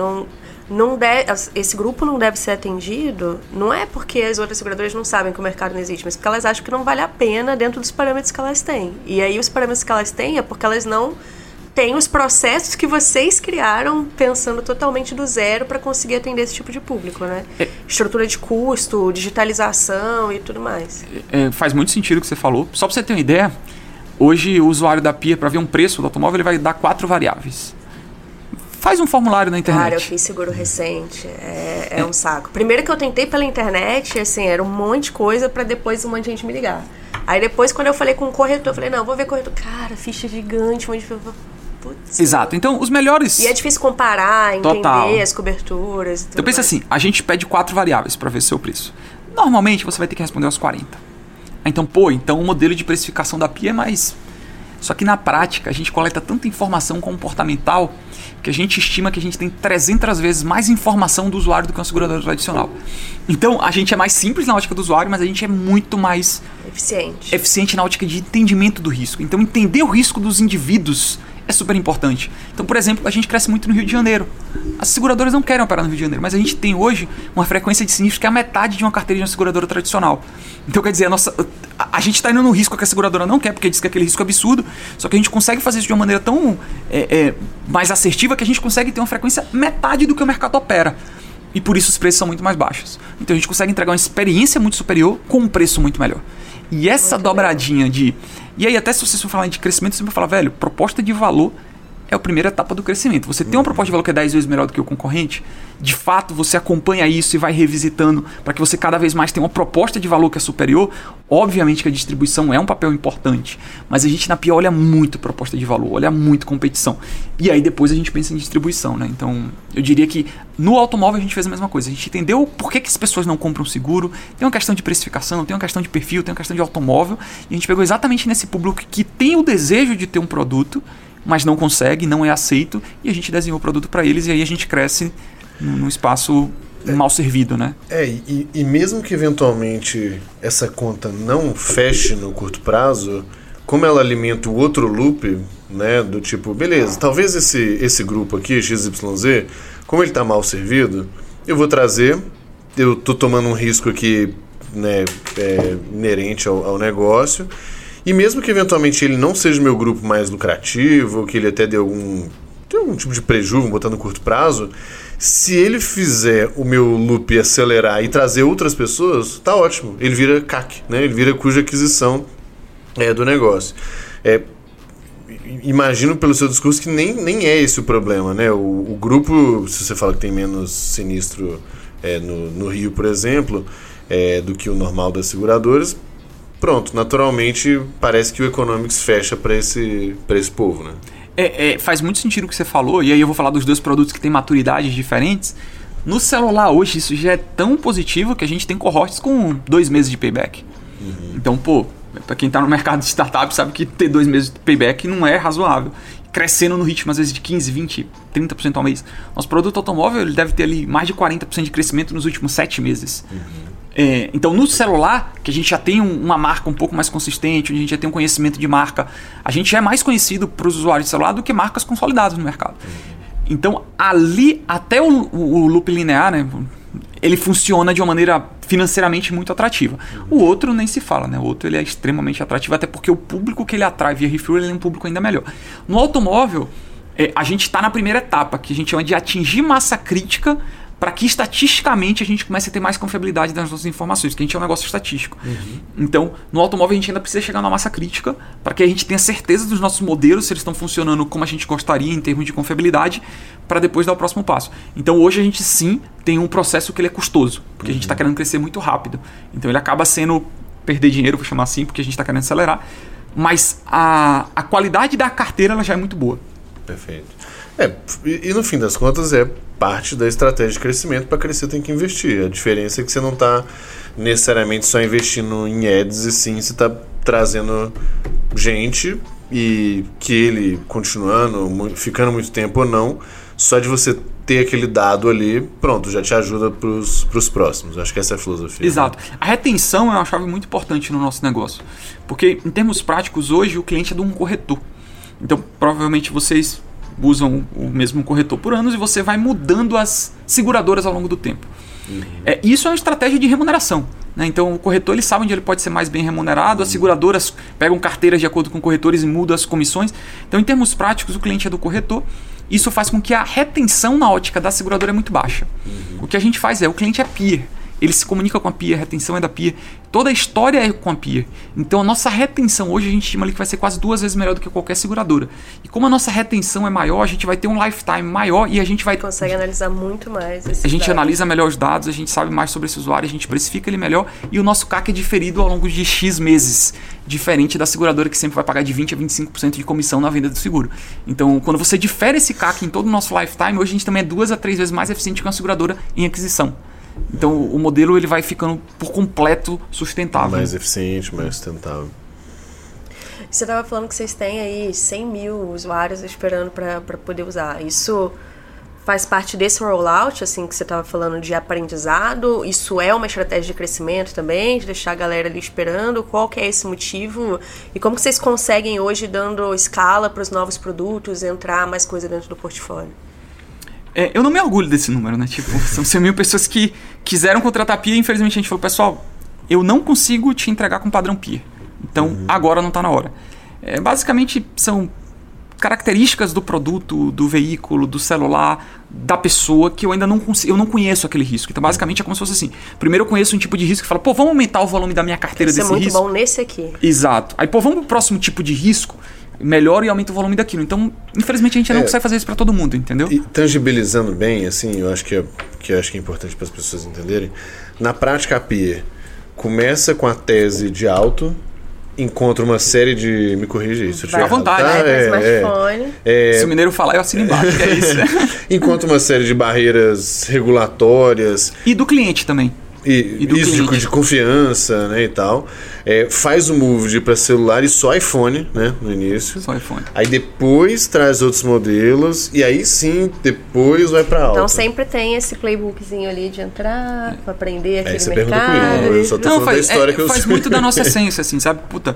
esse grupo não deve ser atendido, não é porque as outras seguradoras não sabem que o mercado não existe, mas porque elas acham que não vale a pena dentro dos parâmetros que elas têm. E aí os parâmetros que elas têm é porque elas não têm os processos que vocês criaram pensando totalmente do zero para conseguir atender esse tipo de público, né? Estrutura de custo, digitalização e tudo mais. Faz muito sentido o que você falou. Só para você ter uma ideia, hoje, o usuário da Pia, para ver um preço do automóvel, ele vai dar 4 variáveis. Faz um formulário na internet. Cara, eu fiz seguro recente. É um saco. Primeiro que eu tentei pela internet, assim, era um monte de coisa para depois um monte de gente me ligar. Aí depois, quando eu falei com o corretor, eu falei, não, vou ver corretor. Cara, ficha gigante, putz. Exato. Então, os melhores... E é difícil comparar, entender as coberturas e tudo. Então, pensa assim, a gente pede 4 variáveis para ver seu preço. Normalmente, você vai ter que responder aos 40. Então, então o modelo de precificação da PIA é mais... Só que na prática, a gente coleta tanta informação comportamental que a gente estima que a gente tem 300 vezes mais informação do usuário do que uma seguradora tradicional. Então, a gente é mais simples na ótica do usuário, mas a gente é muito mais eficiente na ótica de entendimento do risco. Então, entender o risco dos indivíduos é super importante. Então, por exemplo, a gente cresce muito no Rio de Janeiro. As seguradoras não querem operar no Rio de Janeiro, mas a gente tem hoje uma frequência de sinistros que é a metade de uma carteira de uma seguradora tradicional. Então, quer dizer, a gente está indo no risco que a seguradora não quer, porque diz que aquele risco é absurdo, só que a gente consegue fazer isso de uma maneira tão mais assertiva que a gente consegue ter uma frequência metade do que o mercado opera. E por isso os preços são muito mais baixos. Então, a gente consegue entregar uma experiência muito superior com um preço muito melhor. E essa dobradinha de... E aí, até se vocês for falar de crescimento, você vai falar, velho, proposta de valor é a primeira etapa do crescimento. Você tem uma proposta de valor que é 10 vezes melhor do que o concorrente, de fato você acompanha isso e vai revisitando para que você cada vez mais tenha uma proposta de valor que é superior. Obviamente que a distribuição é um papel importante, mas a gente na PIA olha muito proposta de valor, olha muito competição. E aí depois a gente pensa em distribuição, né? Então eu diria que no automóvel a gente fez a mesma coisa. A gente entendeu por que as pessoas não compram seguro, tem uma questão de precificação, tem uma questão de perfil, tem uma questão de automóvel, e a gente pegou exatamente nesse público que tem o desejo de ter um produto, mas não consegue, não é aceito, e a gente desenhou o produto para eles, e aí a gente cresce num espaço mal servido, né? E mesmo que eventualmente essa conta não feche no curto prazo, como ela alimenta o outro loop, né, do tipo, beleza, talvez esse grupo aqui, XYZ, como ele está mal servido, eu vou trazer, eu estou tomando um risco aqui, né, inerente ao negócio. E mesmo que eventualmente ele não seja o meu grupo mais lucrativo, ou que ele até dê algum tipo de prejuízo, vamos botar no curto prazo, se ele fizer o meu loop acelerar e trazer outras pessoas, tá ótimo. Ele vira CAC, né? Ele vira cuja aquisição do negócio. Imagino pelo seu discurso que nem é esse o problema, né? O grupo, se você fala que tem menos sinistro no Rio, por exemplo, do que o normal das seguradoras, pronto, naturalmente parece que o Economics fecha para esse povo, né? Faz muito sentido o que você falou, e aí eu vou falar dos dois produtos que têm maturidades diferentes. No celular hoje isso já é tão positivo que a gente tem cohorts com 2 meses de payback. Uhum. Então, para quem está no mercado de startup sabe que ter 2 meses de payback não é razoável. Crescendo no ritmo às vezes de 15, 20, 30% ao mês. Nosso produto automóvel ele deve ter ali mais de 40% de crescimento nos últimos 7 meses. Uhum. Então no celular, que a gente já tem uma marca um pouco mais consistente, onde a gente já tem um conhecimento de marca, a gente já é mais conhecido para os usuários de celular do que marcas consolidadas no mercado. Então ali, até o loop linear, né, ele funciona de uma maneira financeiramente muito atrativa. O outro nem se fala, né? O outro ele é extremamente atrativo, até porque o público que ele atrai via refuel ele é um público ainda melhor. No automóvel, a gente está na primeira etapa, que a gente chama de atingir massa crítica, para que estatisticamente a gente comece a ter mais confiabilidade das nossas informações, que a gente é um negócio estatístico. Uhum. Então, no automóvel a gente ainda precisa chegar na massa crítica para que a gente tenha certeza dos nossos modelos, se eles estão funcionando como a gente gostaria em termos de confiabilidade, para depois dar o próximo passo. Então, hoje a gente sim tem um processo que ele é custoso, porque a gente está querendo crescer muito rápido. Então, ele acaba sendo perder dinheiro, vou chamar assim, porque a gente está querendo acelerar, mas a qualidade da carteira ela já é muito boa. Perfeito. E no fim das contas é parte da estratégia de crescimento. Para crescer tem que investir. A diferença é que você não está necessariamente só investindo em ads, e sim você está trazendo gente, e que ele continuando, ficando muito tempo ou não, só de você ter aquele dado ali, pronto, já te ajuda para os próximos. Acho que essa é a filosofia. Exato. Né? A retenção é uma chave muito importante no nosso negócio, porque em termos práticos hoje o cliente é de um corretor. Então provavelmente vocês usam o mesmo corretor por anos e você vai mudando as seguradoras ao longo do tempo. Uhum. Isso é uma estratégia de remuneração, né? Então o corretor ele sabe onde ele pode ser mais bem remunerado, as seguradoras pegam carteiras de acordo com corretores e mudam as comissões. Então em termos práticos o cliente é do corretor. Isso faz com que a retenção na ótica da seguradora é muito baixa. Uhum. O que a gente faz o cliente é peer. ele se comunica com a peer, a retenção é da peer, toda a história é com a peer. Então a nossa retenção hoje a gente estima ali que vai ser quase 2 vezes melhor do que qualquer seguradora. E como a nossa retenção é maior, a gente vai ter um lifetime maior e a gente vai... Consegue analisar muito mais esses A gente dados. analisa melhor os dados, a gente sabe mais sobre esse usuário, a gente precifica ele melhor e o nosso CAC é diferido ao longo de X meses, diferente da seguradora que sempre vai pagar de 20% a 25% de comissão na venda do seguro. Então, quando você difere esse CAC em todo o nosso lifetime, hoje a gente também é 2 a 3 vezes mais eficiente que uma seguradora em aquisição. Então, o modelo ele vai ficando por completo sustentável. Mais eficiente, mais sustentável. Você estava falando que vocês têm aí 100 mil usuários esperando para poder usar. Isso faz parte desse rollout, assim, que você estava falando de aprendizado? Isso é uma estratégia de crescimento também, de deixar a galera ali esperando? Qual que é esse motivo? E como que vocês conseguem hoje, dando escala para os novos produtos, entrar mais coisa dentro do portfólio? Eu não me orgulho desse número, né? Tipo, são 100 mil pessoas que quiseram contratar a peer e infelizmente a gente falou, pessoal, eu não consigo te entregar com padrão peer. Então, agora não está na hora. Basicamente, são características do produto, do veículo, do celular, da pessoa que eu ainda não consigo, eu não conheço aquele risco. Então, basicamente, é como se fosse assim. Primeiro eu conheço um tipo de risco que fala, pô, vamos aumentar o volume da minha carteira desse risco. Isso é muito bom nesse aqui. Exato. Aí, pô, vamos pro próximo tipo de risco, melhora e aumenta o volume daquilo. Então, infelizmente, a gente não consegue fazer isso para todo mundo, entendeu? E tangibilizando bem, assim, eu acho que é importante para as pessoas entenderem. Na prática, a peer começa com a tese de alto, encontra uma série de... Me corrija isso. Vai à vontade, smartphone. Se o mineiro falar, eu assino embaixo, que é isso. Encontra uma série de barreiras regulatórias. E do cliente também. E do isso cliente. De confiança, né, e tal. Faz o move para celular e só iPhone, né, no início. Só iPhone. Aí depois traz outros modelos e aí sim, depois vai para alta. Então sempre tem esse playbookzinho ali de entrar, para aprender aquele você mercado. Comigo, eu só tô falando da história que eu faz muito da nossa essência, assim, sabe? Puta,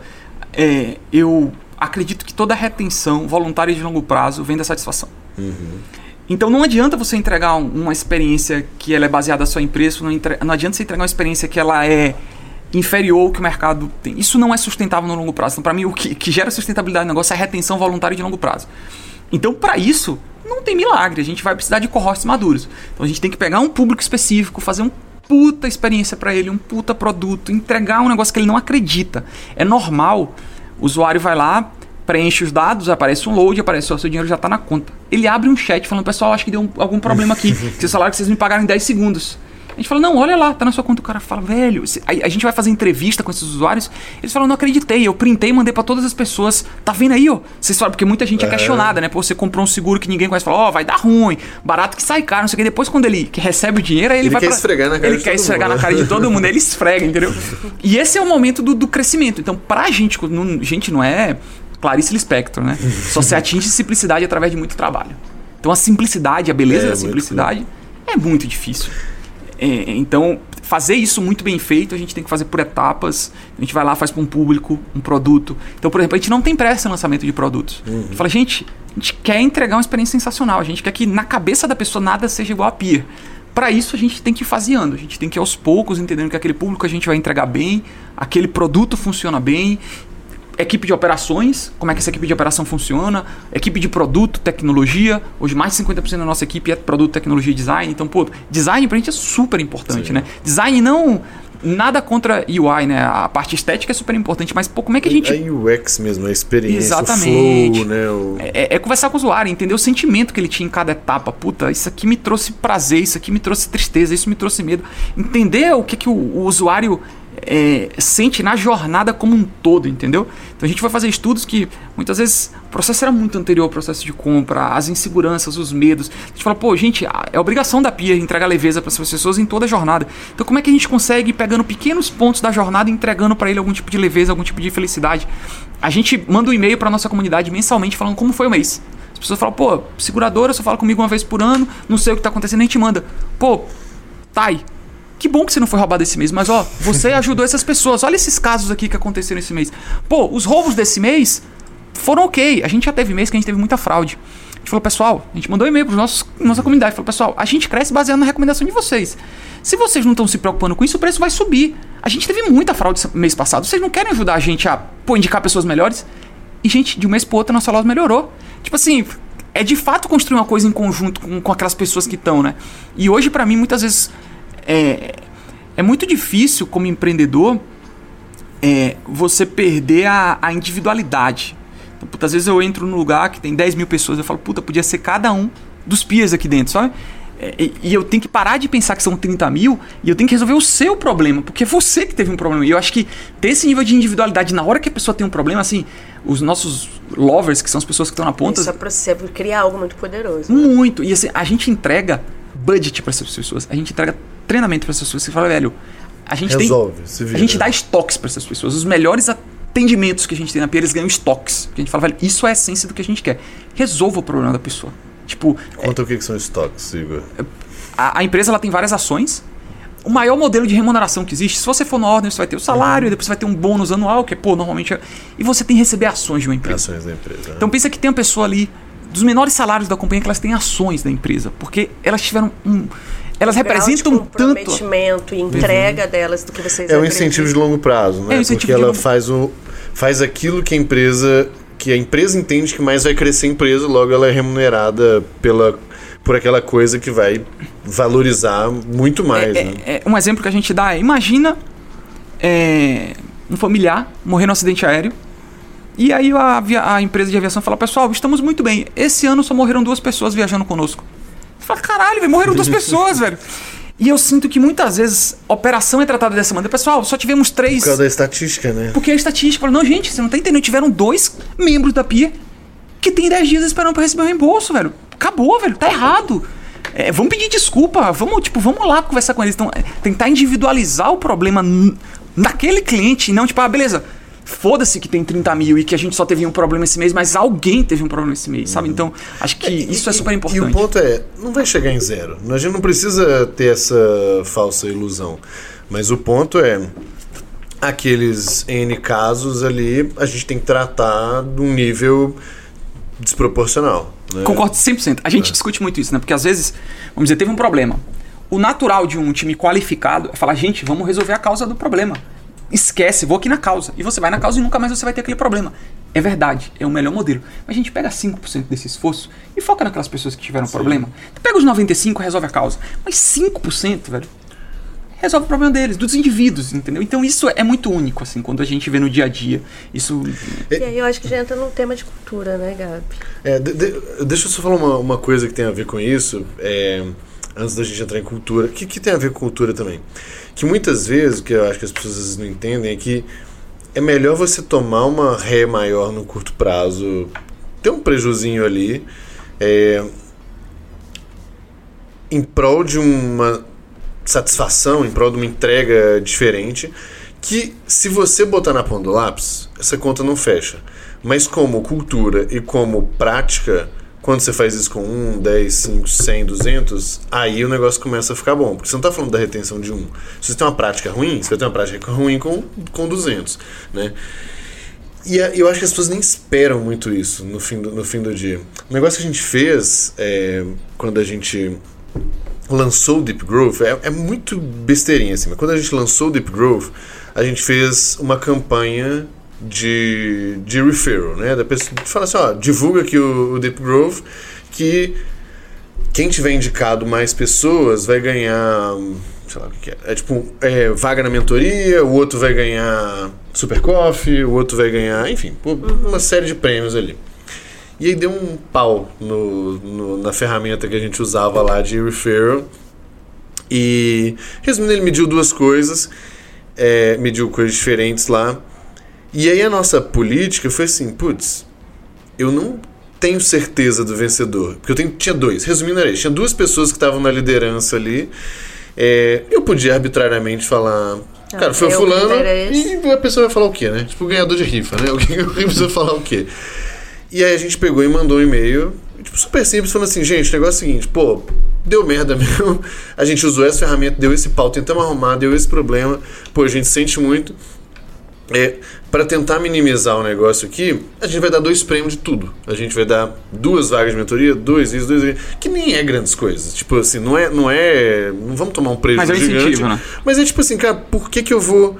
eu acredito que toda retenção voluntária de longo prazo vem da satisfação. Então não adianta você entregar uma experiência que ela é baseada só em preço, não adianta você entregar uma experiência que ela é inferior ao que o mercado tem. Isso não é sustentável no longo prazo. Então, para mim, o que gera sustentabilidade no negócio é a retenção voluntária de longo prazo. Então, para isso, não tem milagre. A gente vai precisar de cohorts maduros. Então, a gente tem que pegar um público específico, fazer um puta experiência para ele, um puta produto, entregar um negócio que ele não acredita. É normal. O usuário vai lá, preenche os dados, aparece um load, aparece o seu dinheiro já está na conta. Ele abre um chat falando, pessoal, acho que deu algum problema aqui. Vocês falaram que vocês me pagaram em 10 segundos. A gente fala, não, olha lá, tá na sua conta. O cara fala, velho... A gente vai fazer entrevista com esses usuários. Eles falam, não acreditei. Eu printei e mandei pra todas as pessoas. Tá vendo aí, ó? Vocês falam, porque muita gente é questionada, né? Pô, você comprou um seguro que ninguém conhece. Fala, vai dar ruim. Barato que sai caro, não sei o que. Depois, quando ele recebe o dinheiro, aí ele vai quer esfregar na cara Ele quer esfregar na cara de todo mundo. Ele esfrega, entendeu? E esse é o momento do crescimento. Então, pra gente... Gente, não é Clarice Lispector, né? Só se atinge simplicidade através de muito trabalho. Então, a simplicidade, a beleza da simplicidade é muito difícil. Então, fazer isso muito bem feito, a gente tem que fazer por etapas. A gente vai lá, faz para um público, um produto. Então, por exemplo, a gente não tem pressa no lançamento de produtos. A gente fala, a gente quer entregar uma experiência sensacional. A gente quer que na cabeça da pessoa nada seja igual a peer. Para isso, a gente tem que ir faseando. A gente tem que ir aos poucos, entendendo que aquele público a gente vai entregar bem, aquele produto funciona bem. Equipe de operações, como é que essa equipe de operação funciona, equipe de produto, tecnologia, hoje mais de 50% da nossa equipe é produto, tecnologia e design, então, pô, design pra gente é super importante, né? Design nada contra UI, né? A parte estética é super importante, mas, pô, como é que a gente... A UX mesmo, a experiência, exatamente. O flow, né? É conversar com o usuário, entender o sentimento que ele tinha em cada etapa. Puta, isso aqui me trouxe prazer, isso aqui me trouxe tristeza, isso me trouxe medo. Entender o que o usuário... sente na jornada como um todo, entendeu? Então a gente vai fazer estudos que muitas vezes o processo era muito anterior ao processo de compra, as inseguranças, os medos. A gente fala, pô, gente, é obrigação da peer entregar leveza para essas pessoas em toda a jornada. Então como é que a gente consegue ir pegando pequenos pontos da jornada e entregando para ele algum tipo de leveza, algum tipo de felicidade? A gente manda um e-mail para nossa comunidade mensalmente falando como foi o mês. As pessoas falam, pô, seguradora só fala comigo uma vez por ano, não sei o que está acontecendo, a gente manda. Pô, Thay, que bom que você não foi roubado esse mês, mas ó, você ajudou essas pessoas. Olha esses casos aqui que aconteceram esse mês. Pô, os roubos desse mês foram ok. A gente já teve mês que a gente teve muita fraude. A gente falou, pessoal, a gente mandou um e-mail para nossa comunidade. Falou, pessoal, a gente cresce baseado na recomendação de vocês. Se vocês não estão se preocupando com isso, o preço vai subir. A gente teve muita fraude mês passado. Vocês não querem ajudar a gente a indicar pessoas melhores? E, gente, de um mês pro outro, a nossa loja melhorou. Tipo assim, é de fato construir uma coisa em conjunto com aquelas pessoas que estão, né? E hoje, para mim, muitas vezes... é muito difícil como empreendedor você perder a individualidade. Então, puta, às vezes eu entro num lugar que tem 10 mil pessoas, eu falo, puta, podia ser cada um dos peers aqui dentro, sabe? E eu tenho que parar de pensar que são 30 mil e eu tenho que resolver o seu problema, porque é você que teve um problema. E eu acho que ter esse nível de individualidade na hora que a pessoa tem um problema, assim, os nossos lovers, que são as pessoas que estão na ponta... Isso é pra você criar algo muito poderoso. Muito. E assim, a gente entrega budget para essas pessoas, a gente entrega treinamento para essas pessoas. Você fala, velho, a gente a gente dá estoques para essas pessoas. Os melhores atendimentos que a gente tem na Pia, eles ganham estoques. A gente fala, velho, isso é a essência do que a gente quer. Resolva o problema da pessoa. Tipo, conta o que são estoques, Igor. A empresa ela tem várias ações. O maior modelo de remuneração que existe, se você for na ordem, você vai ter o salário, depois você vai ter um bônus anual, que normalmente e você tem que receber ações de uma empresa. Ações da empresa. Então pensa que tem uma pessoa ali, dos menores salários da companhia, que elas têm ações da empresa, porque elas tiveram elas representam tanto comprometimento e entrega delas do que vocês um incentivo de longo prazo, né? Porque ela faz aquilo que a empresa entende que mais vai crescer a empresa, logo ela é remunerada por aquela coisa que vai valorizar muito mais. Né? Um exemplo que a gente dá imagina um familiar morrer num acidente aéreo e aí a empresa de aviação fala, pessoal, estamos muito bem, esse ano só morreram 2 pessoas viajando conosco. Você fala, caralho, velho, morreram 2 pessoas, velho. E eu sinto que muitas vezes a operação é tratada dessa maneira. Pessoal, só tivemos 3... Por causa da estatística, né? Porque a estatística fala, não, gente, você não tá entendendo. Tiveram 2 membros da PIA que tem 10 dias esperando pra receber o reembolso, velho. Acabou, velho, tá errado. Vamos pedir desculpa, vamos lá conversar com eles. Então, tentar individualizar o problema naquele cliente, não tipo, beleza, foda-se que tem 30 mil e que a gente só teve um problema esse mês, mas alguém teve um problema esse mês, sabe? Então, acho que isso é super importante. E o ponto não vai chegar em 0. A gente não precisa ter essa falsa ilusão. Mas o ponto aqueles N casos ali, a gente tem que tratar de um nível desproporcional. Né? Concordo 100%. A gente discute muito isso, né? Porque às vezes, vamos dizer, teve um problema. O natural de um time qualificado é falar, gente, vamos resolver a causa do problema. Esquece, vou aqui na causa. E você vai na causa e nunca mais você vai ter aquele problema. É verdade, é o melhor modelo. Mas a gente pega 5% desse esforço e foca naquelas pessoas que tiveram problema. Tu pega os 95% e resolve a causa. Mas 5%, velho, resolve o problema deles, dos indivíduos, entendeu? Então isso é muito único, assim, quando a gente vê no dia a dia. Isso... E aí eu acho que já entra num tema de cultura, né, Gabi? Deixa eu só falar uma coisa que tem a ver com isso, antes da gente entrar em cultura, que tem a ver com cultura também. Que muitas vezes, o que eu acho que as pessoas às vezes não entendem, é que é melhor você tomar uma ré maior no curto prazo, ter um prejuzinho ali, em prol de uma satisfação, em prol de uma entrega diferente, que se você botar na ponta do lápis, essa conta não fecha. Mas como cultura e como prática, quando você faz isso com 1, 10, 5, 100, 200, aí o negócio começa a ficar bom. Porque você não está falando da retenção de 1. Se você tem uma prática ruim, você vai ter uma prática ruim com 200. Né? E eu acho que as pessoas nem esperam muito isso no fim do dia. O negócio que a gente fez quando a gente lançou o Deep Growth é muito besteirinha assim, mas quando a gente lançou o Deep Growth, a gente fez uma campanha de referral, né? Da pessoa fala assim, divulga aqui o Deep Growth, que quem tiver indicado mais pessoas vai ganhar, sei lá o que é. Vaga na mentoria, o outro vai ganhar Super Coffee, o outro vai ganhar, enfim, uma série de prêmios ali. E aí deu um pau na ferramenta que a gente usava lá de referral. E, resumindo, ele mediu 2 coisas, mediu coisas diferentes lá. E aí a nossa política foi assim, putz, eu não tenho certeza do vencedor. Porque tinha 2, resumindo era isso, tinha 2 pessoas que estavam na liderança ali. Eu podia arbitrariamente falar, cara, foi o fulano, e a pessoa vai falar o quê, né? Tipo, o ganhador de rifa, né? Alguém precisa falar o quê? E aí a gente pegou e mandou um e-mail, tipo, super simples, falando assim, gente, o negócio é o seguinte, deu merda mesmo, a gente usou essa ferramenta, deu esse pau, tentamos arrumar, deu esse problema, a gente sente muito. Para tentar minimizar o negócio aqui, a gente vai dar 2 prêmios de tudo. A gente vai dar 2 vagas de mentoria, 2 isso, 2 aquilo, que nem é grandes coisas. Tipo assim, não vamos tomar um prejuízo gigante. Incentivo, né? Mas é tipo assim, cara, por que eu vou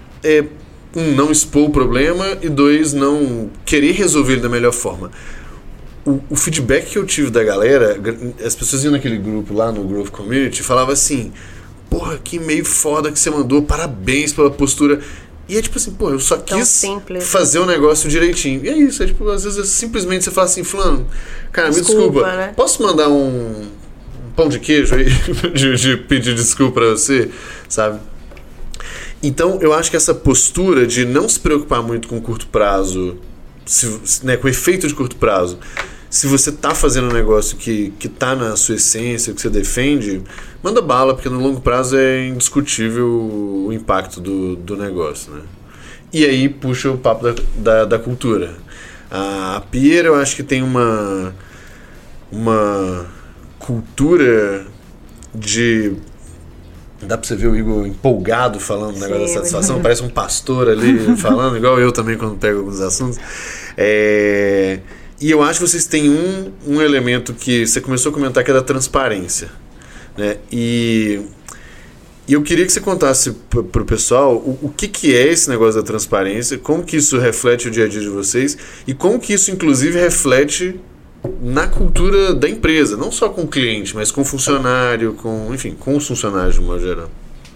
não expor o problema e 2, não querer resolver ele da melhor forma? O feedback que eu tive da galera, as pessoas iam naquele grupo lá no Growth Community e falavam assim, porra, que e-mail foda que você mandou, parabéns pela postura. E é tipo assim, pô, eu só quis fazer o negócio direitinho. E é isso, é tipo, às vezes simplesmente você fala assim, fulano, cara, me desculpa, né? Posso mandar um pão de queijo aí de pedir desculpa pra você, sabe? Então, eu acho que essa postura de não se preocupar muito com curto prazo, né, com efeito de curto prazo, se você tá fazendo um negócio que tá na sua essência, que você defende, manda bala, porque no longo prazo é indiscutível o impacto do negócio, né? E aí puxa o papo da cultura. A Pier, eu acho que tem uma cultura de... Dá pra você ver o Igor empolgado falando do negócio da satisfação, parece um pastor ali falando, igual eu também quando pego alguns assuntos. E eu acho que vocês têm um elemento que você começou a comentar, que é da transparência, né? E eu queria que você contasse pro pessoal o que é esse negócio da transparência, como que isso reflete o dia a dia de vocês e como que isso inclusive reflete na cultura da empresa, não só com o cliente, mas com o funcionário, enfim, com os funcionários de uma geral.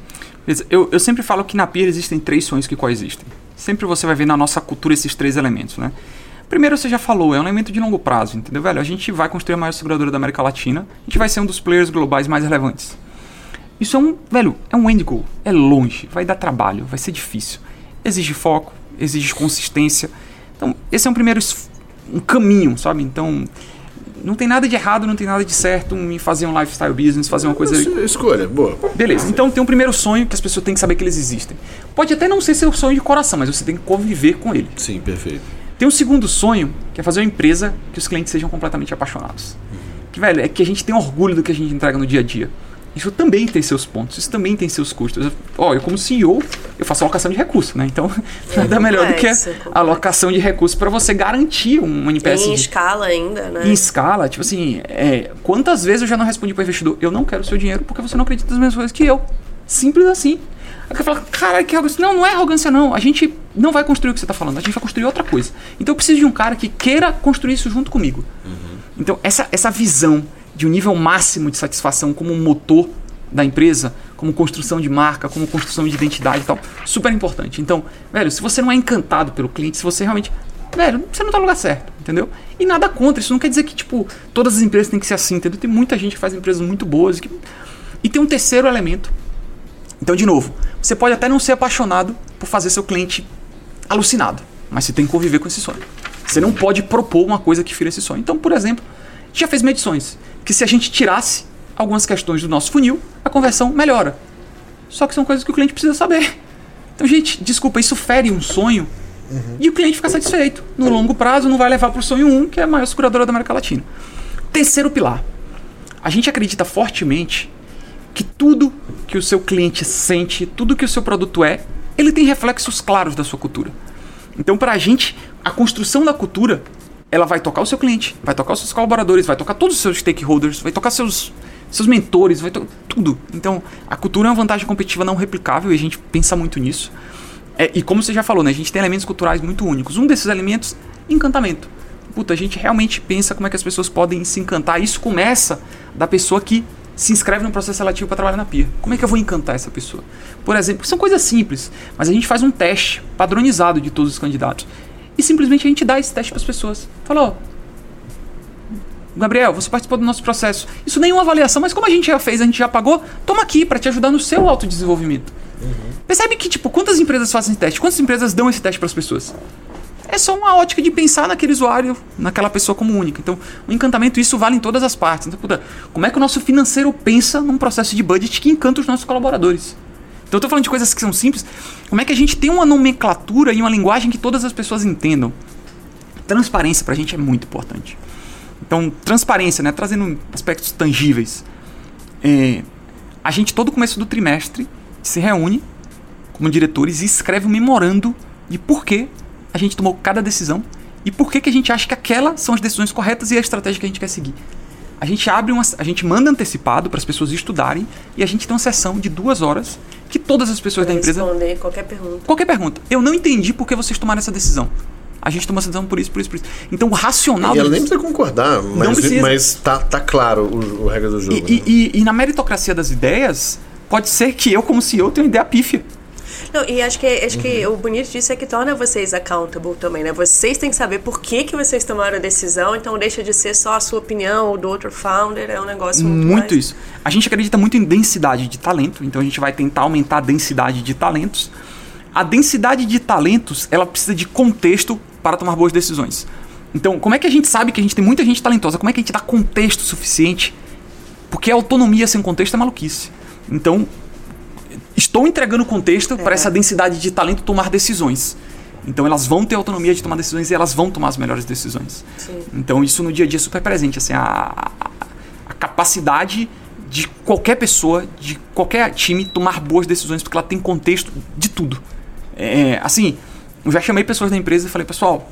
Eu sempre falo que na Pier existem 3 sonhos que coexistem. Sempre você vai ver na nossa cultura esses 3 elementos, né? Primeiro, você já falou, é um elemento de longo prazo, entendeu, velho? A gente vai construir a maior seguradora da América Latina, a gente vai ser um dos players globais mais relevantes. Isso é um end goal, é longe, vai dar trabalho, vai ser difícil. Exige foco, exige consistência. Então, esse é um caminho, sabe? Então, não tem nada de errado, não tem nada de certo em fazer um lifestyle business, fazer uma coisa... Escolha, boa. Beleza, então tem um primeiro sonho que as pessoas têm que saber que eles existem. Pode até não ser seu sonho de coração, mas você tem que conviver com ele. Sim, perfeito. Tem um segundo sonho, que é fazer uma empresa que os clientes sejam completamente apaixonados. Que, velho, é que a gente tem orgulho do que a gente entrega no dia a dia. Isso também tem seus pontos, isso também tem seus custos. Eu como CEO, eu faço alocação de recursos, né? Então, nada melhor do que a alocação de recursos para você garantir um NPS. Em escala ainda, né? Em escala, tipo assim, quantas vezes eu já não respondi para o investidor, eu não quero o seu dinheiro porque você não acredita nas mesmas coisas que eu. Simples assim. Aí eu falo, caralho, que arrogância. Não é arrogância não. A gente não vai construir o que você está falando, a gente vai construir outra coisa. Então eu preciso de um cara que queira construir isso junto comigo. Então essa visão de um nível máximo de satisfação como um motor da empresa, como construção de marca, como construção de identidade e tal, super importante. Então, velho, se você não é encantado pelo cliente, se você realmente... Velho, você não tá no lugar certo, entendeu? E nada contra, isso não quer dizer que, tipo, todas as empresas têm que ser assim, entendeu? Tem muita gente que faz empresas muito boas. E tem um terceiro elemento. Então, de novo, você pode até não ser apaixonado por fazer seu cliente alucinado, mas você tem que conviver com esse sonho. Você não pode propor uma coisa que fira esse sonho. Então, por exemplo, a gente já fez medições que se a gente tirasse algumas questões do nosso funil, a conversão melhora. Só que são coisas que o cliente precisa saber. Então, gente, desculpa, isso fere um sonho e o cliente fica satisfeito. No longo prazo, não vai levar para o sonho 1, que é a maior seguradora da América Latina. Terceiro pilar. A gente acredita fortemente que tudo que o seu cliente sente, tudo que o seu produto ele tem reflexos claros da sua cultura. Então, para a gente, a construção da cultura, ela vai tocar o seu cliente, vai tocar os seus colaboradores, vai tocar todos os seus stakeholders, vai tocar seus mentores, vai tocar tudo. Então, a cultura é uma vantagem competitiva não replicável e a gente pensa muito nisso. E como você já falou, né, a gente tem elementos culturais muito únicos. Um desses elementos, encantamento. Puta, a gente realmente pensa como é que as pessoas podem se encantar. Isso começa da pessoa que se inscreve no processo seletivo para trabalhar na Pier. Como é que eu vou encantar essa pessoa? Por exemplo, são coisas simples, mas a gente faz um teste padronizado de todos os candidatos. E simplesmente a gente dá esse teste para as pessoas. Fala, Gabriel, você participou do nosso processo. Isso nem é uma avaliação, mas como a gente já fez, a gente já pagou, toma aqui para te ajudar no seu autodesenvolvimento. Percebe que, tipo, quantas empresas fazem esse teste? Quantas empresas dão esse teste para as pessoas? É só uma ótica de pensar naquele usuário, naquela pessoa como única. Então, o encantamento, isso vale em todas as partes. Então, puta, como é que o nosso financeiro pensa num processo de budget que encanta os nossos colaboradores? Então, eu tô falando de coisas que são simples. Como é que a gente tem uma nomenclatura e uma linguagem que todas as pessoas entendam? Transparência pra gente é muito importante. Então, transparência, né? Trazendo aspectos tangíveis. A gente, todo começo do trimestre, se reúne como diretores e escreve um memorando de por que a gente tomou cada decisão e por que a gente acha que aquelas são as decisões corretas e a estratégia que a gente quer seguir. A gente manda antecipado para as pessoas estudarem e a gente tem uma sessão de 2 horas que todas as pessoas da empresa... responder qualquer pergunta. Qualquer pergunta. Eu não entendi por que vocês tomaram essa decisão. A gente tomou essa decisão por isso. Então o racional... E ela nem precisa concordar, mas tá claro o regra do jogo. E na meritocracia das ideias, pode ser que eu, como CEO, tenha uma ideia pífia. Não, e acho que o bonito disso é que torna vocês accountable também, né? Vocês têm que saber por que vocês tomaram a decisão, então deixa de ser só a sua opinião ou do outro founder, é um negócio muito mais... isso. A gente acredita muito em densidade de talento, então a gente vai tentar aumentar a densidade de talentos. A densidade de talentos, ela precisa de contexto para tomar boas decisões. Então, como é que a gente sabe que a gente tem muita gente talentosa? Como é que a gente dá contexto suficiente? Porque a autonomia sem contexto é maluquice. Então, estou entregando contexto para essa densidade de talento tomar decisões. Então, elas vão ter autonomia de tomar decisões e elas vão tomar as melhores decisões. Sim. Então, isso no dia a dia é super presente. Assim, a capacidade de qualquer pessoa, de qualquer time, tomar boas decisões, porque ela tem contexto de tudo. Assim, eu já chamei pessoas da empresa e falei, pessoal,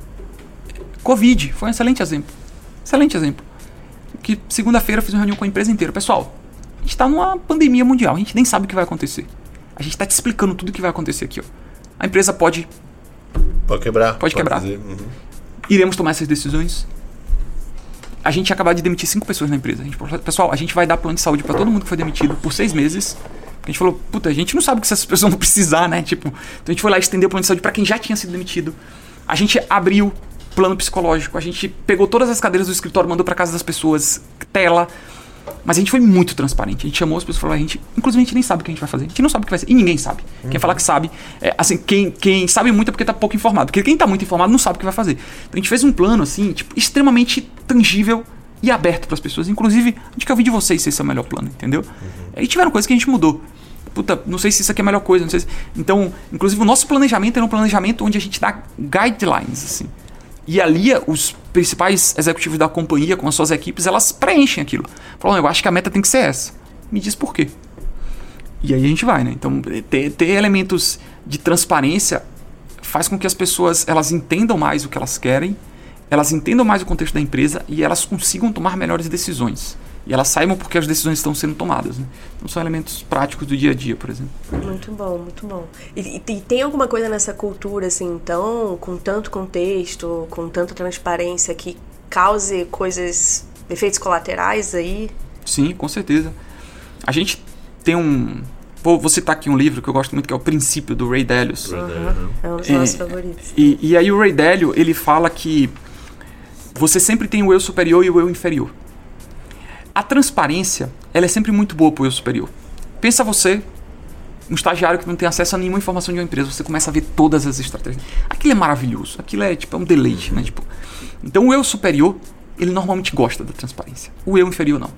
Covid foi um excelente exemplo. Excelente exemplo. Que segunda-feira eu fiz uma reunião com a empresa inteira. Pessoal, a gente está numa pandemia mundial, a gente nem sabe o que vai acontecer. A gente está te explicando tudo o que vai acontecer aqui. Ó. A empresa pode quebrar. Pode quebrar. Iremos tomar essas decisões. A gente tinha acabado de demitir 5 pessoas na empresa. Pessoal, a gente vai dar plano de saúde para todo mundo que foi demitido por 6 meses. A gente falou, puta, a gente não sabe o que essas pessoas vão precisar, né? Tipo, então a gente foi lá estender o plano de saúde para quem já tinha sido demitido. A gente abriu plano psicológico, a gente pegou todas as cadeiras do escritório, mandou para casa das pessoas, tela. Mas a gente foi muito transparente. A gente chamou as pessoas e falou, inclusive a gente nem sabe o que a gente vai fazer. A gente não sabe o que vai ser. E ninguém sabe. Quem falar que sabe, assim, quem sabe muito é porque tá pouco informado. Porque quem tá muito informado não sabe o que vai fazer. Então a gente fez um plano, assim, tipo, extremamente tangível e aberto para as pessoas. Inclusive, a gente quer ouvir de vocês se esse é o melhor plano, entendeu? E tiveram coisas que a gente mudou. Puta, não sei se isso aqui é a melhor coisa, não sei se... Então, inclusive, o nosso planejamento era um planejamento onde a gente dá guidelines, assim. E ali, os principais executivos da companhia, com as suas equipes, elas preenchem aquilo. Falam, eu acho que a meta tem que ser essa. Me diz por quê. E aí a gente vai, né? Então, ter elementos de transparência faz com que as pessoas, elas entendam mais o que elas querem, elas entendam mais o contexto da empresa e elas consigam tomar melhores decisões. E elas saibam porque as decisões estão sendo tomadas, né? Então são elementos práticos do dia a dia, por exemplo. Muito bom, muito bom. E tem alguma coisa nessa cultura, assim, então, com tanto contexto, com tanta transparência, que cause efeitos colaterais aí? Sim, com certeza. A gente tem Vou citar aqui um livro que eu gosto muito, que é O Princípio, do Ray Dalio. É um dos nossos favoritos. E aí o Ray Dalio, ele fala que você sempre tem o eu superior e o eu inferior. A transparência, ela é sempre muito boa pro eu superior. Pensa você, um estagiário que não tem acesso a nenhuma informação de uma empresa, você começa a ver todas as estratégias. Aquilo é maravilhoso, aquilo é tipo um deleite, né? Tipo, então o eu superior, ele normalmente gosta da transparência. O eu inferior não.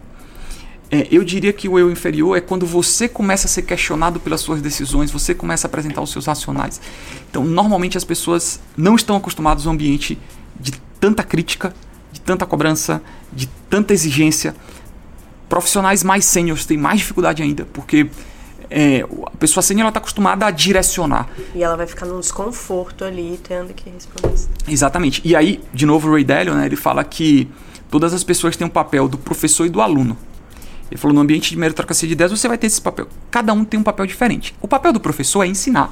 Eu diria que o eu inferior é quando você começa a ser questionado pelas suas decisões, você começa a apresentar os seus racionais. Então, normalmente as pessoas não estão acostumadas a um ambiente de tanta crítica, de tanta cobrança, de tanta exigência. Profissionais mais sêniores têm mais dificuldade ainda, porque a pessoa sênior está acostumada a direcionar. E ela vai ficar num desconforto ali, tendo que responder isso. Exatamente. E aí, de novo, o Ray Dalio, né, ele fala que todas as pessoas têm um papel do professor e do aluno. Ele falou, no ambiente de meritocracia de ideias, você vai ter esse papel. Cada um tem um papel diferente. O papel do professor é ensinar.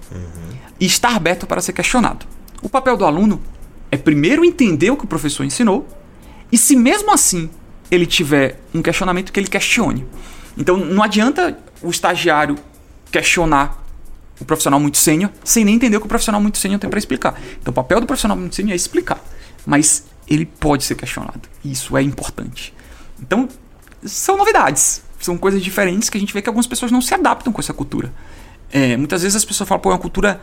E estar aberto para ser questionado. O papel do aluno é primeiro entender o que o professor ensinou, e se mesmo assim ele tiver um questionamento, que ele questione. Então não adianta o estagiário questionar o profissional muito sênior sem nem entender o que o profissional muito sênior tem para explicar. Então o papel do profissional muito sênior é explicar, mas ele pode ser questionado, e isso é importante. Então são novidades, são coisas diferentes que a gente vê que algumas pessoas não se adaptam com essa cultura. Muitas vezes as pessoas falam, pô, é uma cultura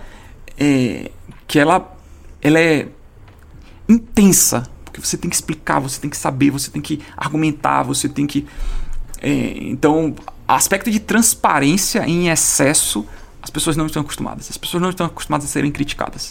que ela é intensa, porque você tem que explicar, você tem que saber, você tem que argumentar, você tem que... Então, aspecto de transparência em excesso, as pessoas não estão acostumadas. As pessoas não estão acostumadas a serem criticadas.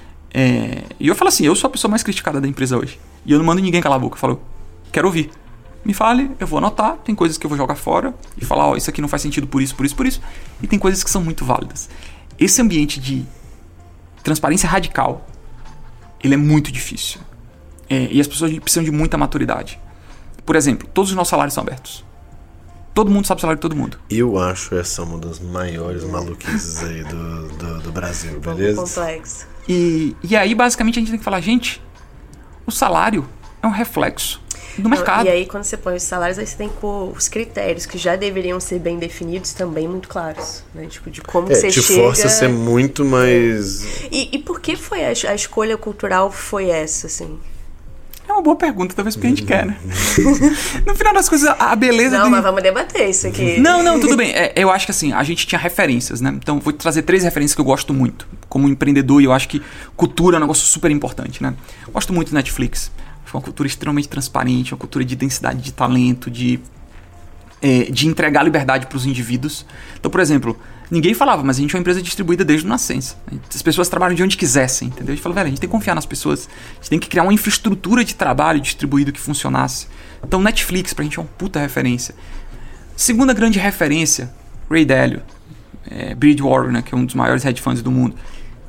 E eu falo assim, eu sou a pessoa mais criticada da empresa hoje. E eu não mando ninguém calar a boca. Eu falo, quero ouvir. Me fale, eu vou anotar. Tem coisas que eu vou jogar fora e falar, ó, isso aqui não faz sentido por isso, por isso, por isso. E tem coisas que são muito válidas. Esse ambiente de transparência radical, ele é muito difícil. E as pessoas precisam de muita maturidade. Por exemplo, todos os nossos salários são abertos. Todo mundo sabe o salário de todo mundo. Eu acho essa uma das maiores maluquices aí do Brasil, beleza? Complexo. E aí, basicamente, a gente tem que falar, gente, o salário é um reflexo. do mercado. E aí, quando você põe os salários, aí você tem que pôr os critérios que já deveriam ser bem definidos também muito claros, né? Tipo, de como que você chega... te força a ser muito mais... E por que foi a escolha cultural foi essa, assim? É uma boa pergunta, talvez porque a gente quer, né? No final das coisas, a beleza... Não, mas vamos debater isso aqui. Não, tudo bem. Eu acho que assim, a gente tinha referências, né? Então, vou te trazer 3 referências que eu gosto muito. Como empreendedor, e eu acho que cultura é um negócio super importante, né? Eu gosto muito do Netflix. Acho uma cultura extremamente transparente, uma cultura de densidade de talento, de entregar liberdade para os indivíduos. Então, por exemplo... Ninguém falava, mas a gente é uma empresa distribuída desde o nascença. As pessoas trabalham de onde quisessem, entendeu? A gente falou, velho, a gente tem que confiar nas pessoas. A gente tem que criar uma infraestrutura de trabalho distribuído que funcionasse. Então, Netflix, pra gente é uma puta referência. Segunda grande referência, Ray Dalio, Bridgewater, né, que é um dos maiores hedge funds do mundo.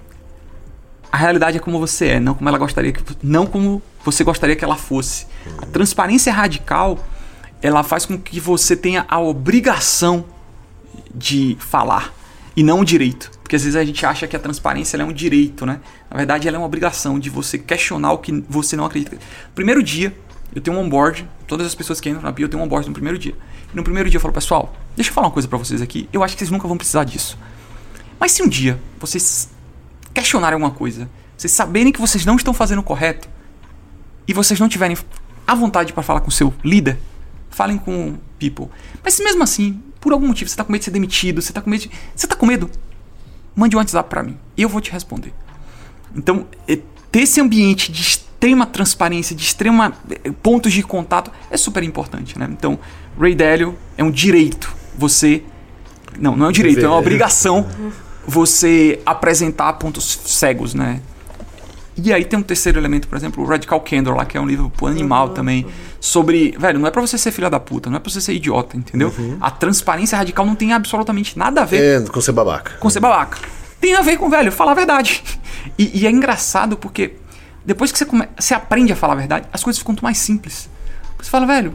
A realidade é como você é, não como você gostaria que ela fosse. A transparência radical, ela faz com que você tenha a obrigação de falar e não o direito, porque às vezes a gente acha que a transparência ela é um direito, né? Na verdade ela é uma obrigação de você questionar o que você não acredita. Primeiro dia eu tenho um onboard, todas as pessoas que entram na PIA eu tenho um onboard no primeiro dia, e no primeiro dia eu falo, pessoal, deixa eu falar uma coisa pra vocês aqui, eu acho que vocês nunca vão precisar disso, mas se um dia vocês questionarem alguma coisa, vocês saberem que vocês não estão fazendo o correto e vocês não tiverem a vontade para falar com o seu líder, falem com people. Mas se mesmo assim, por algum motivo, você tá com medo de ser demitido, você tá com medo, mande um WhatsApp pra mim, eu vou te responder. Então, ter esse ambiente de extrema transparência, de extrema pontos de contato, é super importante, né? Então, Ray Dalio é um direito, não é um direito, é uma obrigação você apresentar pontos cegos, né? E aí tem um terceiro elemento, por exemplo, o Radical Candor lá, que é um livro pro animal também, sobre, velho, não é pra você ser filha da puta, não é pra você ser idiota, entendeu? A transparência radical não tem absolutamente nada a ver com ser babaca. Com ser babaca. Tem a ver com, velho, falar a verdade. E é engraçado porque depois que você aprende a falar a verdade, as coisas ficam muito mais simples. Você fala, velho,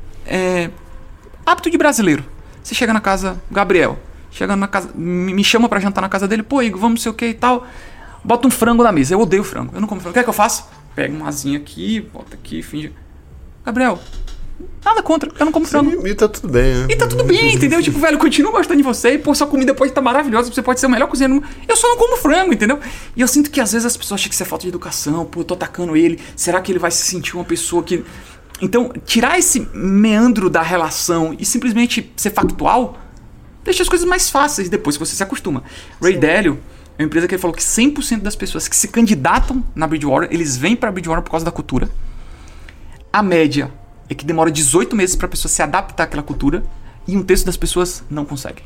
hábito de brasileiro. Você chega na casa, Gabriel, chega na casa, me chama pra jantar na casa dele, pô, Igor, vamos não sei o que e tal... Bota um frango na mesa. Eu odeio frango. Eu não como frango. O que é que eu faço? Pega uma asinha aqui, bota aqui, finge. Gabriel, nada contra. Eu não como frango. E tá tudo bem, né? E tá tudo bem, entendeu? Tipo, velho, eu continuo gostando de você. E, pô, sua comida pode estar maravilhosa. Você pode ser o melhor cozinheiro. Eu só não como frango, entendeu? E eu sinto que às vezes as pessoas acham que isso é falta de educação. Pô, eu tô atacando ele. Será que ele vai se sentir uma pessoa que... Então, tirar esse meandro da relação e simplesmente ser factual deixa as coisas mais fáceis depois que você se acostuma. Ray Dalio é uma empresa que ele falou que 100% das pessoas que se candidatam na Bridgewater, eles vêm para a Bridgewater por causa da cultura. A média é que demora 18 meses para a pessoa se adaptar àquela cultura e 1/3 das pessoas não consegue.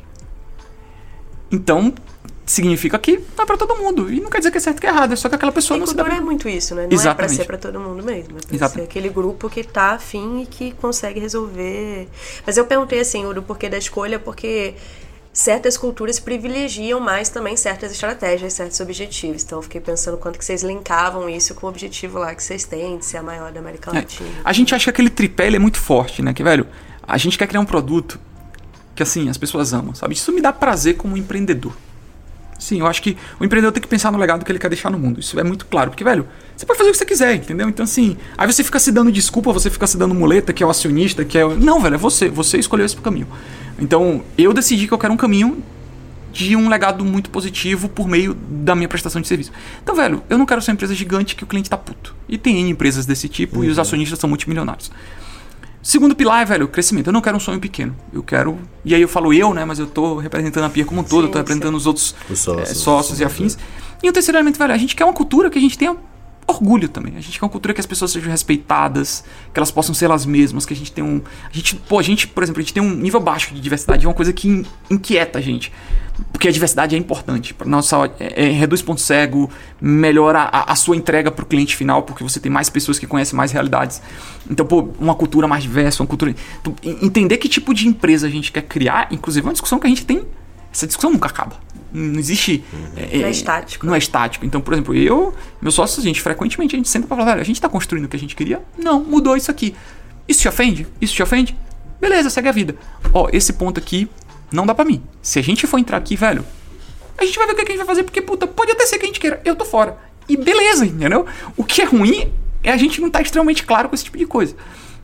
Então, significa que não é para todo mundo. E não quer dizer que é certo e que é errado, é só que aquela pessoa não se dá bem. Cultura é muito isso, né? Não Exatamente. É para ser para todo mundo mesmo. É para ser aquele grupo que tá afim e que consegue resolver. Mas eu perguntei assim, o porquê da escolha, porque... certas culturas privilegiam mais também certas estratégias, certos objetivos. Então eu fiquei pensando quanto que vocês linkavam isso com o objetivo lá que vocês têm de ser a maior da América Latina. A gente acha que aquele tripé ele é muito forte, né? Que, velho, a gente quer criar um produto que, assim, as pessoas amam, sabe? Isso me dá prazer como empreendedor. Sim, eu acho que o empreendedor tem que pensar no legado que ele quer deixar no mundo. Isso é muito claro. Porque, velho, você pode fazer o que você quiser, entendeu? Então, assim, aí você fica se dando desculpa, você fica se dando muleta, que é o acionista, que é... Não, velho, é você. Você escolheu esse caminho. Então, eu decidi que eu quero um caminho de um legado muito positivo por meio da minha prestação de serviço. Então, velho, eu não quero ser uma empresa gigante que o cliente tá puto. E tem N empresas desse tipo e os acionistas são multimilionários. Segundo pilar é, velho, crescimento. Eu não quero um sonho pequeno. Eu quero... E aí eu falo né? Mas eu tô representando a PIA como um todo. Eu tô representando os outros sócios e afins. E o terceiro elemento, velho, a gente quer uma cultura que a gente tenha orgulho também. A gente quer uma cultura que as pessoas sejam respeitadas, que elas possam ser elas mesmas, que a gente tenha um... A gente, por exemplo, a gente tem um nível baixo de diversidade. É uma coisa que inquieta a gente. Porque a diversidade é importante. Reduz ponto cego, melhora a sua entrega pro cliente final, porque você tem mais pessoas que conhecem mais realidades. Então, pô, uma cultura mais diversa, uma cultura... Então, entender que tipo de empresa a gente quer criar, inclusive é uma discussão que a gente tem... Essa discussão nunca acaba. Não existe... Não é estático. Não é estático. Então, por exemplo, meus sócios, frequentemente a gente senta pra falar, velho, a gente tá construindo o que a gente queria? Não, mudou isso aqui. Isso te ofende? Isso te ofende? Beleza, segue a vida. Esse ponto aqui não dá pra mim. Se a gente for entrar aqui, velho, a gente vai ver o que a gente vai fazer, porque, puta, pode até ser que a gente queira. Eu tô fora. E beleza, entendeu? O que é ruim é a gente não tá extremamente claro com esse tipo de coisa.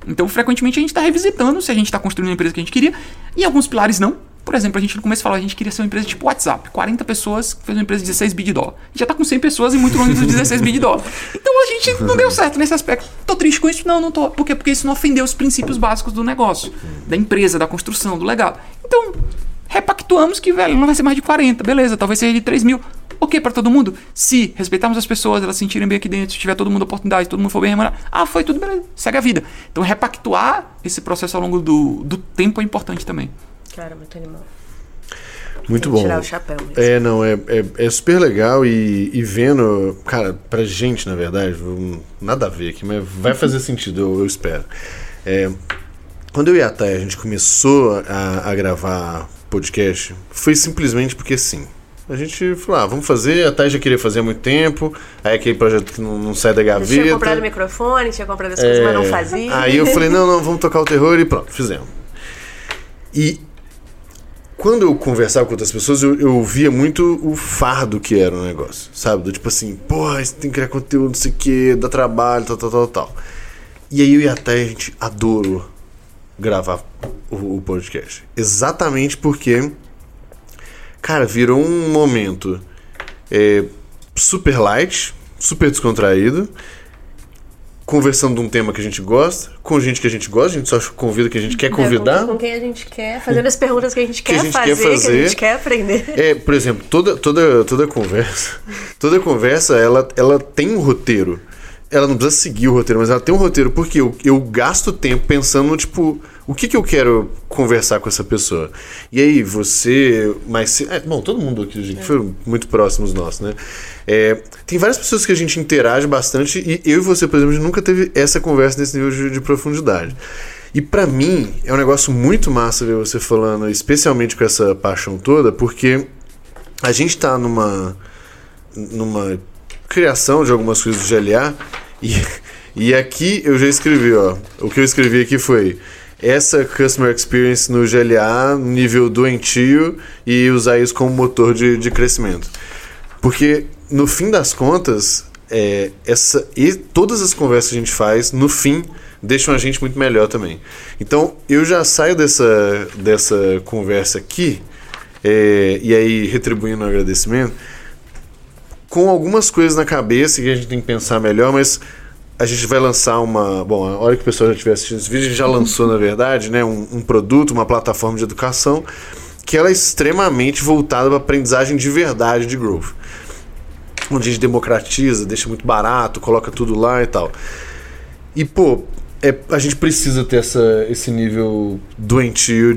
Então, frequentemente, a gente está revisitando se a gente está construindo uma empresa que a gente queria, e alguns pilares não. Por exemplo, a gente no começo falou, a gente queria ser uma empresa tipo WhatsApp, 40 pessoas, fez uma empresa de 16 bi de dólar. A gente já tá com 100 pessoas e muito longe dos 16 bi de dólar. Então a gente não deu certo nesse aspecto. Tô triste com isso? Não tô. Por quê? Porque isso não ofendeu os princípios básicos do negócio, da empresa, da construção, do legado. Então, repactuamos que, velho, não vai ser mais de 40, beleza, talvez seja de 3 mil. Ok pra todo mundo? Se respeitarmos as pessoas, elas se sentirem bem aqui dentro, se tiver todo mundo oportunidade, todo mundo for bem remunerado, foi tudo beleza, segue a vida. Então, repactuar esse processo ao longo do tempo é importante também. Cara, muito animal. Muito bom. Tirar o chapéu mesmo. É super legal e vendo, cara, pra gente, na verdade, nada a ver aqui, mas vai fazer sentido, eu espero. Quando eu e a Thay, a gente começou a gravar podcast, foi simplesmente porque sim. A gente falou, vamos fazer, a Thay já queria fazer há muito tempo, aí aquele projeto que não sai da gaveta. Tinha comprado o microfone, tinha comprado as coisas, mas não fazia. Aí eu falei, não, vamos tocar o terror e pronto, fizemos. E quando eu conversava com outras pessoas, eu via muito o fardo que era o negócio, sabe? Do tipo assim, você tem que criar conteúdo, não sei o que, dá trabalho, tal. E aí eu e a Thay, a gente adorou gravar o podcast. Exatamente porque, cara, virou um momento super light, super descontraído, conversando de um tema que a gente gosta, com gente que a gente gosta, a gente só convida que a gente quer convidar. Com quem a gente quer, fazendo as perguntas que a gente quer fazer, que a gente quer aprender. Por exemplo, toda conversa, ela tem um roteiro. Ela não precisa seguir o roteiro, mas ela tem um roteiro, porque eu gasto tempo pensando no tipo, o que eu quero conversar com essa pessoa. E aí, você... todo mundo aqui, gente, foi muito próximos nossos, né? Tem várias pessoas que a gente interage bastante, e eu e você, por exemplo, a gente nunca teve essa conversa nesse nível de profundidade. E pra mim, é um negócio muito massa ver você falando, especialmente com essa paixão toda, porque a gente tá numa criação de algumas coisas do GLA, e aqui eu já escrevi, o que eu escrevi aqui foi essa Customer Experience no GLA, nível doentio, e usar isso como motor de crescimento. Porque, no fim das contas, todas as conversas que a gente faz, no fim, deixam a gente muito melhor também. Então, eu já saio dessa conversa aqui, e aí retribuindo o agradecimento, com algumas coisas na cabeça que a gente tem que pensar melhor, mas a gente vai lançar a hora que o pessoal já estiver assistindo esse vídeo, a gente já lançou, na verdade, né, um produto, uma plataforma de educação, que ela é extremamente voltada para a aprendizagem de verdade de growth. Onde a gente democratiza, deixa muito barato, coloca tudo lá e tal. E, a gente precisa ter esse nível doentio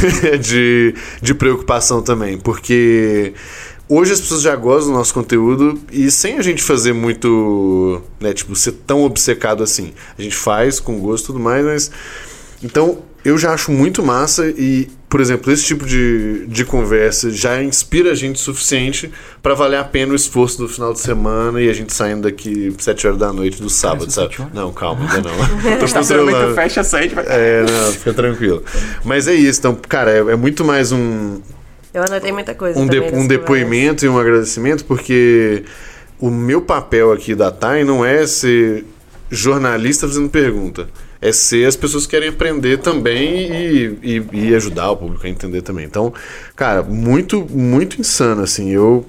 de preocupação também, porque hoje as pessoas já gostam do nosso conteúdo e sem a gente fazer muito, né, ser tão obcecado assim. A gente faz com gosto e tudo mais, mas... Então, eu já acho muito massa e, por exemplo, esse tipo de conversa já inspira a gente o suficiente para valer a pena o esforço do final de semana e a gente saindo daqui 7 horas da noite do sábado, sabe? Não, calma, ainda não. O estacionamento fecha às 7. Não, fica tranquilo. Mas é isso, então, cara, é muito mais Eu anotei muita coisa um depoimento e um agradecimento, porque o meu papel aqui da Thay não é ser jornalista fazendo pergunta, é ser as pessoas que querem aprender também e ajudar o público a entender também. Então, cara, muito, muito insano, assim. Eu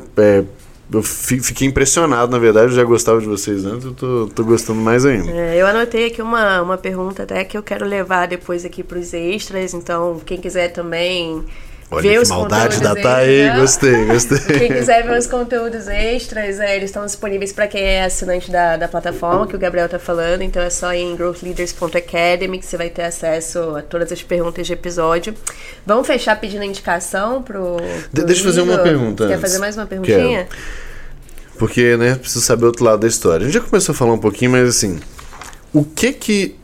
fiquei impressionado, na verdade, eu já gostava de vocês antes, eu tô gostando mais ainda. Eu anotei aqui uma pergunta até que eu quero levar depois aqui pros extras, então quem quiser também... Olha que maldade da Thay, gostei. Quem quiser ver os conteúdos extras, eles estão disponíveis para quem é assinante da plataforma que o Gabriel tá falando, então é só ir em growthleaders.academy que você vai ter acesso a todas as perguntas de episódio. Vamos fechar pedindo a indicação pro Deixa eu fazer uma pergunta. Quer fazer mais uma perguntinha? Porque, né, preciso saber o outro lado da história. A gente já começou a falar um pouquinho, mas assim, o que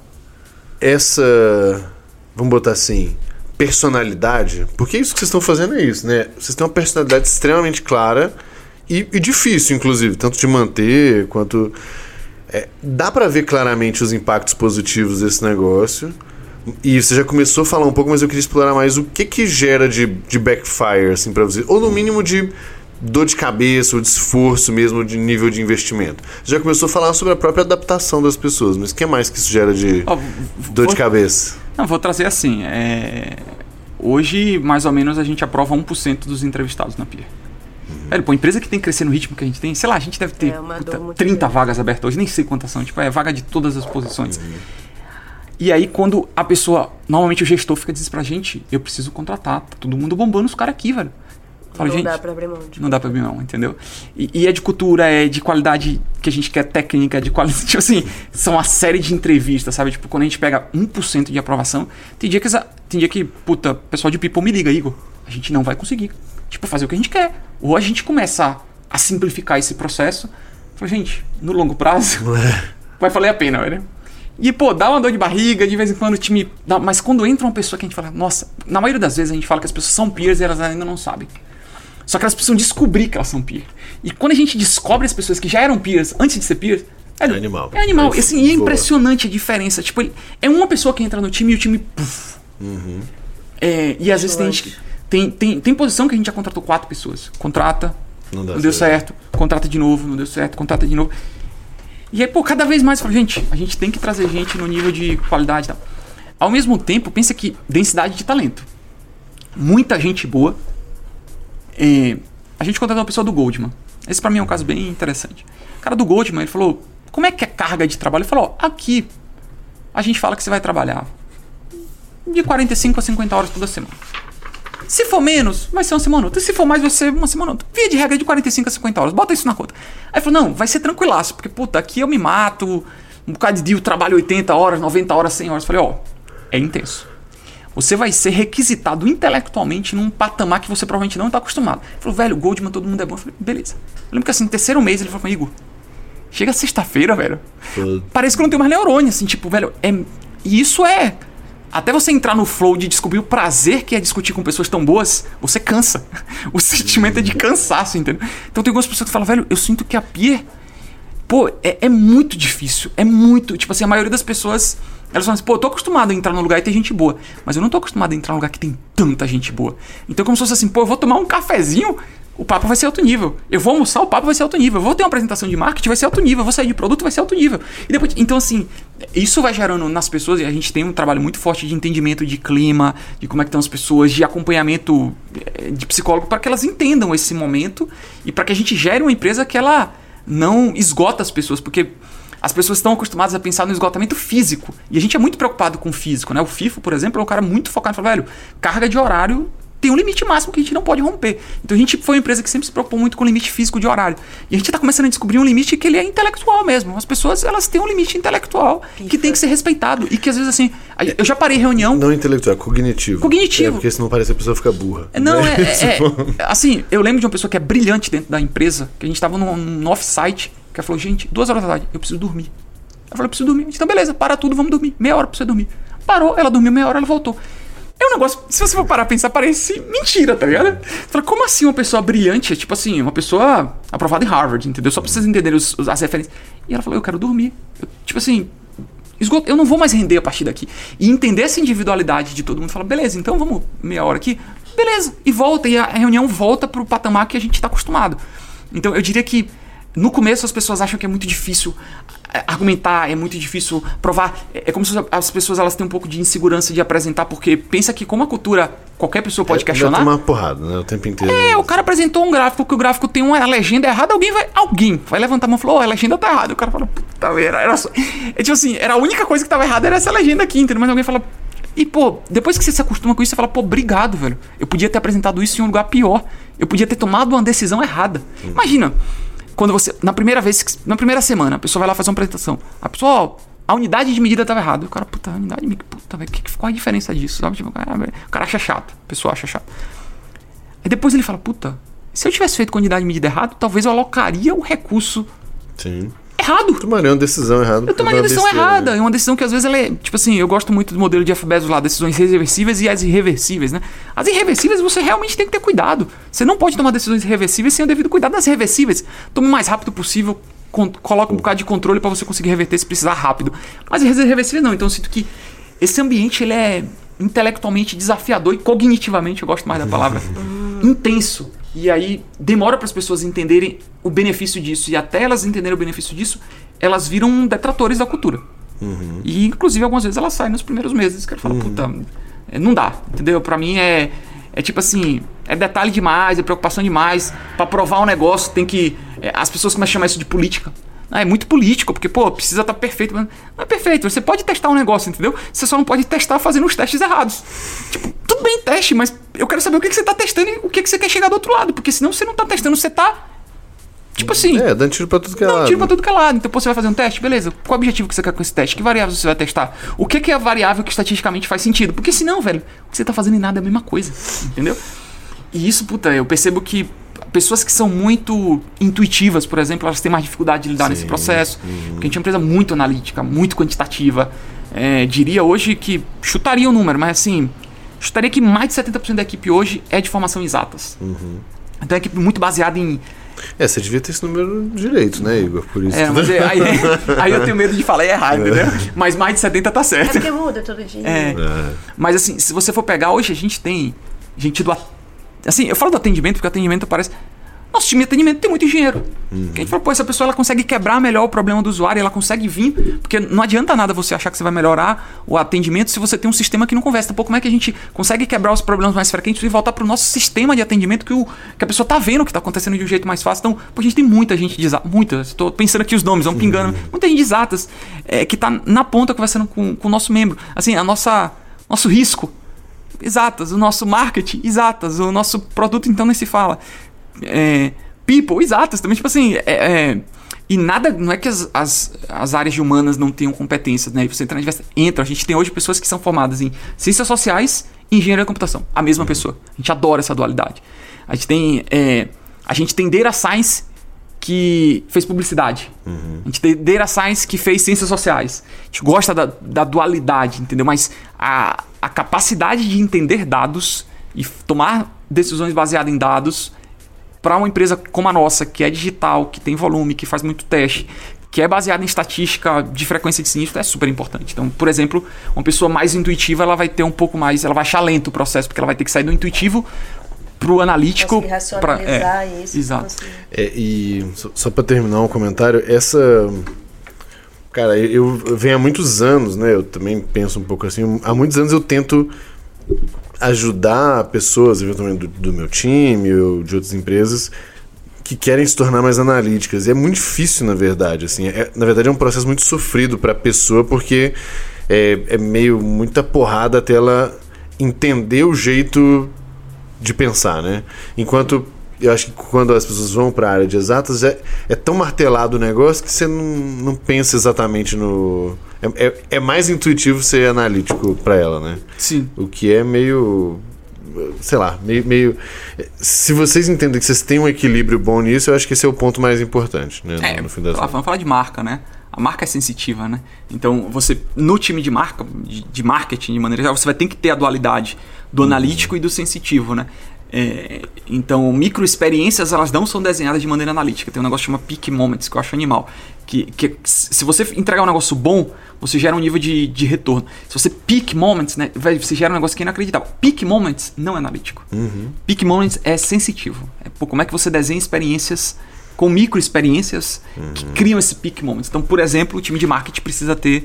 essa, vamos botar assim, personalidade, porque isso que vocês estão fazendo é isso, né? Vocês têm uma personalidade extremamente clara e difícil, inclusive, tanto de manter quanto... dá pra ver claramente os impactos positivos desse negócio. E você já começou a falar um pouco, mas eu queria explorar mais o que gera de backfire, assim, pra você. Ou no mínimo de dor de cabeça ou de esforço mesmo de nível de investimento? Já começou a falar sobre a própria adaptação das pessoas, mas o que mais que isso gera de dor de cabeça? Não, vou trazer assim, hoje mais ou menos a gente aprova 1% dos entrevistados na Peer. Velho, pô, empresa que tem que crescer no ritmo que a gente tem, sei lá, a gente deve ter 30 vagas abertas hoje, nem sei quantas são, tipo, é vaga de todas as posições. E aí quando a pessoa, normalmente o gestor fica dizendo pra gente, eu preciso contratar, tá todo mundo bombando os caras aqui, velho. Falo, não dá pra abrir mão. Não dá pra abrir mão, entendeu? E é de cultura, é de qualidade que a gente quer, técnica, de qualidade, tipo assim, são uma série de entrevistas, sabe? Tipo, quando a gente pega 1% de aprovação, tem dia que, puta, o pessoal de People me liga, Igor, a gente não vai conseguir, tipo, fazer o que a gente quer. Ou a gente começa a simplificar esse processo. Fala, gente, no longo prazo, vai valer a pena, velho. E, pô, dá uma dor de barriga, de vez em quando o time... Mas quando entra uma pessoa que a gente fala, nossa, na maioria das vezes a gente fala que as pessoas são peers e elas ainda não sabem. Só que elas precisam descobrir que elas são peers. E quando a gente descobre as pessoas que já eram peers antes de ser peers... É animal. É animal. E, assim, é impressionante a diferença. Tipo, é uma pessoa que entra no time e o time... Puff. E às vezes tem posição que a gente já contratou 4 pessoas. Contrata, não deu certo. Contrata de novo, não deu certo. Contrata de novo. E aí, pô, cada vez mais, fala, gente, a gente tem que trazer gente no nível de qualidade e tal. Ao mesmo tempo, pensa que densidade de talento. Muita gente boa. A gente contratou uma pessoa do Goldman. Esse pra mim é um caso bem interessante. O cara do Goldman, ele falou, como é que é carga de trabalho? Ele falou, aqui a gente fala que você vai trabalhar de 45 a 50 horas toda semana. Se for menos, vai ser uma semana outra. Se for mais, vai ser uma semana outra. Via de regra de 45 a 50 horas. Bota isso na conta. Aí ele falou, não, vai ser tranquilaço. Porque, puta, aqui eu me mato. Um bocado de dia eu trabalho 80 horas, 90 horas, 100 horas. Eu falei, é intenso. Você vai ser requisitado intelectualmente num patamar que você provavelmente não está acostumado. Ele falou, velho, Goldman, todo mundo é bom. Eu falei, beleza. Eu lembro que assim, no terceiro mês ele falou comigo, chega sexta-feira, velho. Parece que eu não tenho mais neurônio, assim, tipo, velho, e isso é... Até você entrar no flow de descobrir o prazer que é discutir com pessoas tão boas, você cansa. O sentimento é de cansaço, entendeu? Então tem algumas pessoas que falam, velho, eu sinto que a Peer, pô, é muito difícil. É muito, tipo assim, a maioria das pessoas, elas falam assim, pô, eu tô acostumado a entrar num lugar e ter gente boa, mas eu não tô acostumado a entrar num lugar que tem tanta gente boa. Então como se fosse assim, pô, eu vou tomar um cafezinho, o papo vai ser alto nível. Eu vou almoçar, o papo vai ser alto nível. Eu vou ter uma apresentação de marketing, vai ser alto nível. Eu vou sair de produto, vai ser alto nível. E depois, então, assim, isso vai gerando nas pessoas, e a gente tem um trabalho muito forte de entendimento de clima, de como é que estão as pessoas, de acompanhamento de psicólogo, para que elas entendam esse momento e para que a gente gere uma empresa que ela não esgota as pessoas, porque as pessoas estão acostumadas a pensar no esgotamento físico. E a gente é muito preocupado com o físico, né? O FIFO, por exemplo, é um cara muito focado. Fala, velho, carga de horário tem um limite máximo que a gente não pode romper. Então a gente foi uma empresa que sempre se preocupou muito com o limite físico de horário. E a gente está começando a descobrir um limite que ele é intelectual mesmo. As pessoas, elas têm um limite intelectual que tem que ser respeitado. E que às vezes assim, eu já parei reunião... Não intelectual, é cognitivo. Cognitivo. Porque senão parece que a pessoa fica burra. Não, assim, eu lembro de uma pessoa que é brilhante dentro da empresa, que a gente estava num off-site, que ela falou, gente, 2 horas da tarde, eu preciso dormir. Eu falei, eu preciso dormir. Então beleza, para tudo, vamos dormir. Meia hora pra você dormir. Parou, ela dormiu meia hora, ela voltou. É um negócio, se você for parar a pensar, parece mentira, tá ligado? Você fala, como assim uma pessoa brilhante, tipo assim, uma pessoa aprovada em Harvard, entendeu? Só pra vocês entenderem as referências. E ela falou, eu quero dormir. Tipo assim, eu não vou mais render a partir daqui. E entender essa individualidade de todo mundo, fala, beleza, então vamos meia hora aqui. Beleza, e volta, e a reunião volta pro patamar que a gente tá acostumado. Então eu diria que no começo as pessoas acham que é muito difícil argumentar, é muito difícil provar. É como se as pessoas elas têm um pouco de insegurança de apresentar, porque pensa que como a cultura qualquer pessoa pode questionar. Vai tomar porrada, né? O tempo inteiro. O cara apresentou um gráfico que o gráfico tem uma legenda errada, alguém vai levantar a mão e falar, a legenda tá errada. O cara fala, puta merda, era só... tipo assim, era a única coisa que tava errada, era essa legenda aqui, entendeu? Mas alguém fala... E, pô, depois que você se acostuma com isso, você fala, pô, obrigado, velho. Eu podia ter apresentado isso em um lugar pior. Eu podia ter tomado uma decisão errada. Imagina... Quando você, na primeira semana, a pessoa vai lá fazer uma apresentação. A pessoa, a unidade de medida estava errada. O cara, puta, a unidade de medida, puta, velho, qual é a diferença disso? Sabe? Tipo, o cara acha chato, a pessoa acha chato. Aí depois ele fala, puta, se eu tivesse feito com a unidade de medida errada, talvez eu alocaria o recurso errado. Eu tomaria uma decisão errada. Eu tomaria uma decisão errada. É uma decisão que às vezes ela é, tipo assim, eu gosto muito do modelo de Jeff Bezos lá, decisões irreversíveis e as irreversíveis, né? As irreversíveis você realmente tem que ter cuidado. Você não pode tomar decisões irreversíveis sem o devido cuidado. Das irreversíveis, tome o mais rápido possível, coloque um bocado de controle para você conseguir reverter se precisar rápido. Mas as irreversíveis não. Então eu sinto que esse ambiente ele é intelectualmente desafiador e cognitivamente, eu gosto mais da palavra, intenso. E aí demora para as pessoas entenderem o benefício disso. E até elas entenderem o benefício disso, elas viram detratores da cultura. E inclusive algumas vezes elas saem nos primeiros meses. Que eu falo, puta, não dá, entendeu? Pra mim é tipo assim, é detalhe demais, é preocupação demais. Pra provar um negócio tem que... as pessoas começam a chamar isso de política. É muito político, porque, pô, precisa estar perfeito. Mas não é perfeito, você pode testar um negócio, entendeu? Você só não pode testar fazendo os testes errados. Tipo, tudo bem teste, mas eu quero saber o que você tá testando e o que você quer chegar do outro lado. Porque senão você não tá testando, você tá... Tipo assim... dando tiro pra tudo que é lado. Dando tiro pra tudo que é lado. Então, pô, você vai fazer um teste? Beleza. Qual o objetivo que você quer com esse teste? Que variável você vai testar? O que é a variável que estatisticamente faz sentido? Porque senão, velho, o que você tá fazendo em nada é a mesma coisa. Entendeu? E isso, puta, eu percebo que pessoas que são muito intuitivas, por exemplo, elas têm mais dificuldade de lidar nesse processo. Porque a gente é uma empresa muito analítica, muito quantitativa. Diria hoje que... Chutaria o número, mas assim... Chutaria que mais de 70% da equipe hoje é de formação exatas. Então é uma equipe muito baseada em... você devia ter esse número direito, né, Igor? Por isso. Mas aí eu tenho medo de falar e errar, entendeu? Mas mais de 70 tá certo. É porque muda todo dia. Mas assim, se você for pegar, hoje a gente tem gente do... Assim, eu falo do atendimento porque o atendimento parece... Nosso time de atendimento tem muito engenheiro. Que a gente fala, pô, essa pessoa ela consegue quebrar melhor o problema do usuário, ela consegue vir, porque não adianta nada você achar que você vai melhorar o atendimento se você tem um sistema que não conversa. Pô, como é que a gente consegue quebrar os problemas mais frequentes e voltar pro nosso sistema de atendimento que a pessoa tá vendo que tá acontecendo de um jeito mais fácil. Então, pô, a gente tem muita gente de exatas, estou pensando aqui os nomes, vão pingando, muita gente de exatas que tá na ponta conversando com o nosso membro. Assim, nosso risco, exatas, o nosso marketing, exatas, o nosso produto, então nem se fala. People, exatas também, tipo assim, e nada, não é que as áreas de humanas não tenham competências, né? E você entra, a gente tem hoje pessoas que são formadas em ciências sociais e engenharia da computação, a mesma pessoa. A gente adora essa dualidade. A gente tem Data Science que fez publicidade. A gente tem Data Science que fez ciências sociais. A gente gosta da dualidade, entendeu? Mas a capacidade de entender dados e tomar decisões baseadas em dados para uma empresa como a nossa, que é digital, que tem volume, que faz muito teste, que é baseada em estatística de frequência de sinistro, é super importante. Então, por exemplo, uma pessoa mais intuitiva, ela vai ter um pouco mais, ela vai achar lento o processo, porque ela vai ter que sair do intuitivo pro analítico. Conseguir racionalizar isso. Exato. E só para terminar um comentário, cara, eu venho há muitos anos, né? Eu também penso um pouco assim, há muitos anos eu tento ajudar pessoas, eventualmente do meu time ou de outras empresas que querem se tornar mais analíticas. E é muito difícil, na verdade. Assim, na verdade, é um processo muito sofrido para a pessoa, porque é meio muita porrada até ela entender o jeito de pensar, né? Enquanto eu acho que quando as pessoas vão para a área de exatas, é tão martelado o negócio que você não pensa exatamente no... É mais intuitivo ser analítico para ela, né? Sim. O que é meio... Sei lá, meio... Se vocês entendem que vocês têm um equilíbrio bom nisso, eu acho que esse é o ponto mais importante, né? No fim das contas. Vamos falar de marca, né? A marca é sensitiva, né? Então, você, no time de marca, de marketing, de maneira geral, você vai ter que ter a dualidade do analítico e do sensitivo, né? Então, microexperiências, elas não são desenhadas de maneira analítica. Tem um negócio que chama peak moments, que eu acho animal. Que se você entregar um negócio bom, você gera um nível de retorno. Se você peak moments, né, você gera um negócio que é inacreditável. Peak moments não é analítico. Peak moments é sensitivo. Como é que você desenha experiências com microexperiências que criam esse peak moments. Então, por exemplo, o time de marketing precisa ter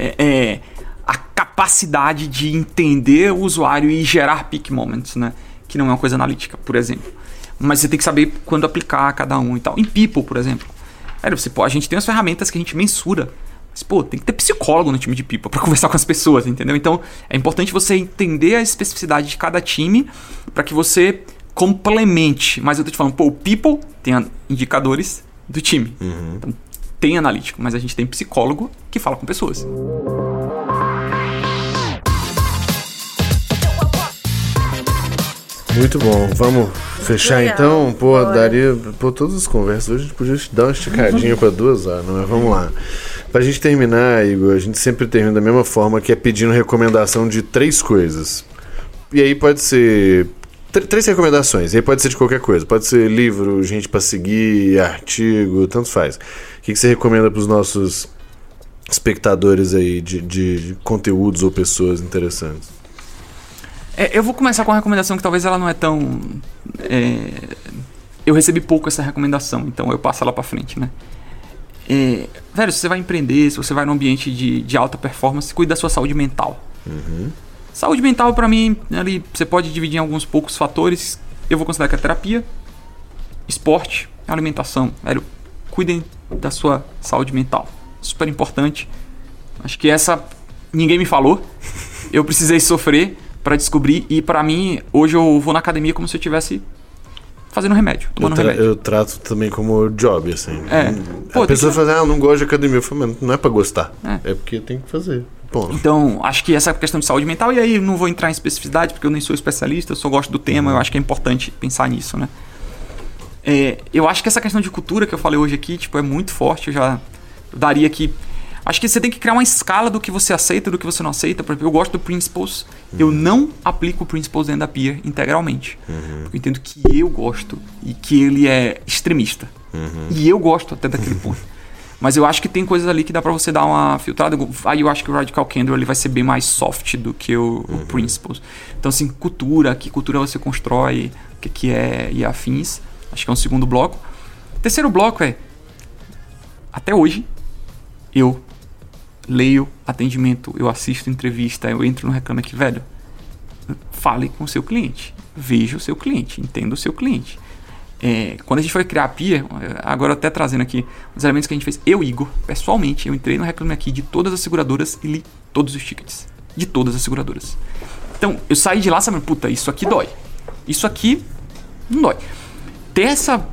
a capacidade de entender o usuário e gerar peak moments, né? Que não é uma coisa analítica, por exemplo. Mas você tem que saber quando aplicar cada um e tal. Em People, por exemplo. A gente tem as ferramentas que a gente mensura. Mas, tem que ter psicólogo no time de People para conversar com as pessoas, entendeu? Então, é importante você entender a especificidade de cada time para que você complemente. Mas eu tô te falando, o People tem indicadores do time. Então, tem analítico, mas a gente tem psicólogo que fala com pessoas. Muito bom, vamos fechar então? Daria todas as conversas hoje, a gente podia dar uma esticadinha para 2 horas, não é? Vamos lá. Pra gente terminar, Igor, a gente sempre termina da mesma forma, que é pedindo recomendação de 3 coisas. E aí pode ser 3 recomendações, e aí pode ser de qualquer coisa, pode ser livro, gente pra seguir, artigo, tanto faz. O que você recomenda pros nossos espectadores aí de conteúdos ou pessoas interessantes? Eu vou começar com uma recomendação que talvez ela não é tão eu recebi pouco essa recomendação, então eu passo ela pra frente, né? Velho, se você vai empreender, se você vai num ambiente de alta performance, cuide da sua saúde mental. Saúde mental, pra mim, ali, você pode dividir em alguns poucos fatores. Eu vou considerar que é terapia, esporte, alimentação. Velho, cuidem da sua saúde mental. Super importante. Acho que essa ninguém me falou. Eu precisei sofrer pra descobrir. E pra mim, hoje eu vou na academia como se eu estivesse fazendo remédio, tomando remédio. Eu trato também como job, assim. Pô, a pessoa fala, não gosto de academia. Eu falo, mas não é pra gostar. É porque tem que fazer. Bom. Então, acho que essa questão de saúde mental, e aí não vou entrar em especificidade, porque eu nem sou especialista, eu só gosto do tema, eu acho que é importante pensar nisso, né? Eu acho que essa questão de cultura que eu falei hoje aqui, tipo, é muito forte, eu já daria aqui... Acho que você tem que criar uma escala do que você aceita e do que você não aceita. Por exemplo, eu gosto do Principles, eu não aplico o Principles dentro da Peer integralmente. Porque eu entendo que eu gosto e que ele é extremista. E eu gosto até daquele ponto. Mas eu acho que tem coisas ali que dá pra você dar uma filtrada. Aí eu acho que o Radical Candor ele vai ser bem mais soft do que o Principles. Então, assim, cultura, que cultura você constrói, o que é e afins. Acho que é um segundo bloco. O terceiro bloco até hoje, eu leio atendimento, eu assisto entrevista, eu entro no Reclame Aqui, velho. Fale com o seu cliente. Veja o seu cliente, entenda o seu cliente. Quando a gente foi criar a Peer, agora até trazendo aqui os elementos que a gente fez, Igor, pessoalmente, eu entrei no Reclame Aqui de todas as seguradoras e li todos os tickets. De todas as seguradoras. Então, eu saí de lá sabendo, puta, isso aqui dói. Isso aqui não dói. Ter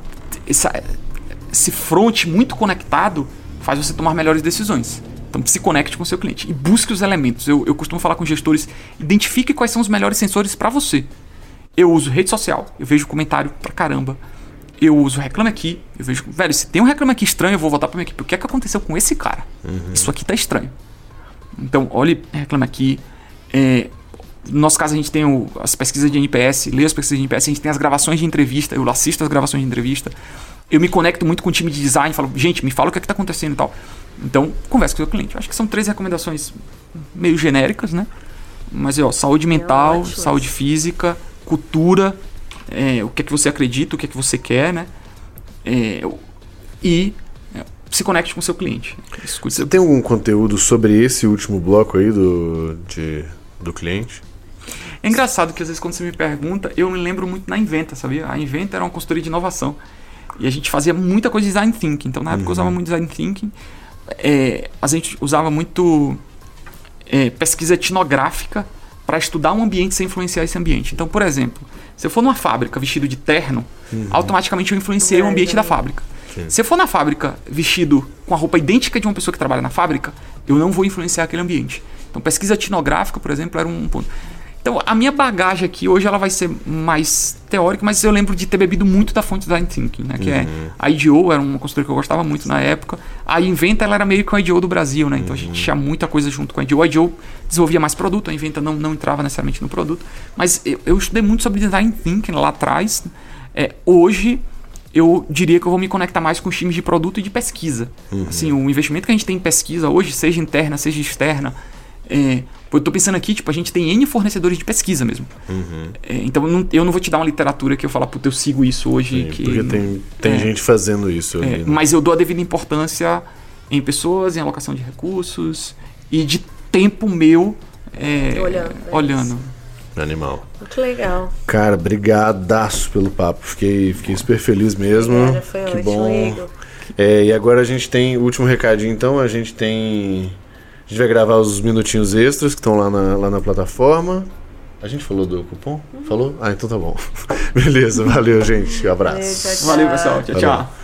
esse front muito conectado faz você tomar melhores decisões. Então, se conecte com o seu cliente e busque os elementos. Eu costumo falar com gestores, identifique quais são os melhores sensores para você. Eu uso rede social, eu vejo comentário pra caramba. Eu uso Reclame Aqui, eu vejo... Velho, se tem um Reclame Aqui estranho, eu vou voltar pra minha equipe. O que é que aconteceu com esse cara? Isso aqui tá estranho. Então, olhe Reclame Aqui. No nosso caso, a gente tem as pesquisas de NPS, leio as pesquisas de NPS, a gente tem as gravações de entrevista, eu assisto as gravações de entrevista. Eu me conecto muito com o time de design, falo, gente, me fala o que é que tá acontecendo e tal. Então, conversa com o seu cliente. Eu acho que são 3 recomendações meio genéricas, né? Mas, saúde mental, saúde física, cultura, o que é que você acredita, o que é que você quer, né? E se conecte com o seu cliente. Você tem algum conteúdo sobre esse último bloco aí do cliente? É engraçado que às vezes quando você me pergunta, eu me lembro muito na Inventa, sabia? A Inventa era uma consultoria de inovação. E a gente fazia muita coisa de design thinking. Então, na época eu usava muito design thinking. A gente usava muito pesquisa etnográfica para estudar um ambiente sem influenciar esse ambiente. Então, por exemplo, se eu for numa fábrica vestido de terno, automaticamente eu influenciei o ambiente da fábrica. Se eu for na fábrica vestido com a roupa idêntica de uma pessoa que trabalha na fábrica, eu não vou influenciar aquele ambiente. Então, pesquisa etnográfica, por exemplo, era um ponto. Então, a minha bagagem aqui, hoje ela vai ser mais teórica, mas eu lembro de ter bebido muito da fonte Design Thinking, né? Que a IDEO, era uma consultoria que eu gostava muito na época. A Inventa, ela era meio que a IDEO do Brasil, né? Então, a gente tinha muita coisa junto com a IDEO. A IDEO desenvolvia mais produto, a Inventa não entrava necessariamente no produto. Mas eu estudei muito sobre Design Thinking lá atrás. Hoje, eu diria que eu vou me conectar mais com os times de produto e de pesquisa. Assim, o investimento que a gente tem em pesquisa hoje, seja interna, seja externa, eu tô pensando aqui, tipo, a gente tem N fornecedores de pesquisa mesmo. Então eu não vou te dar uma literatura que eu falar, puta, eu sigo isso hoje. Sim, porque tem gente fazendo isso. Ali, né? Mas eu dou a devida importância em pessoas, em alocação de recursos e de tempo meu olhando. Animal. Muito legal. Cara, brigadaço pelo papo. Fiquei super feliz mesmo. Foi que ótimo, bom. Igor. E agora a gente tem o último recadinho, então. A gente vai gravar os minutinhos extras que estão lá na plataforma. A gente falou do cupom? Falou? Ah, então tá bom. Beleza, valeu, gente. Um abraço. Tchau, tchau. Valeu, pessoal. Tchau, tchau.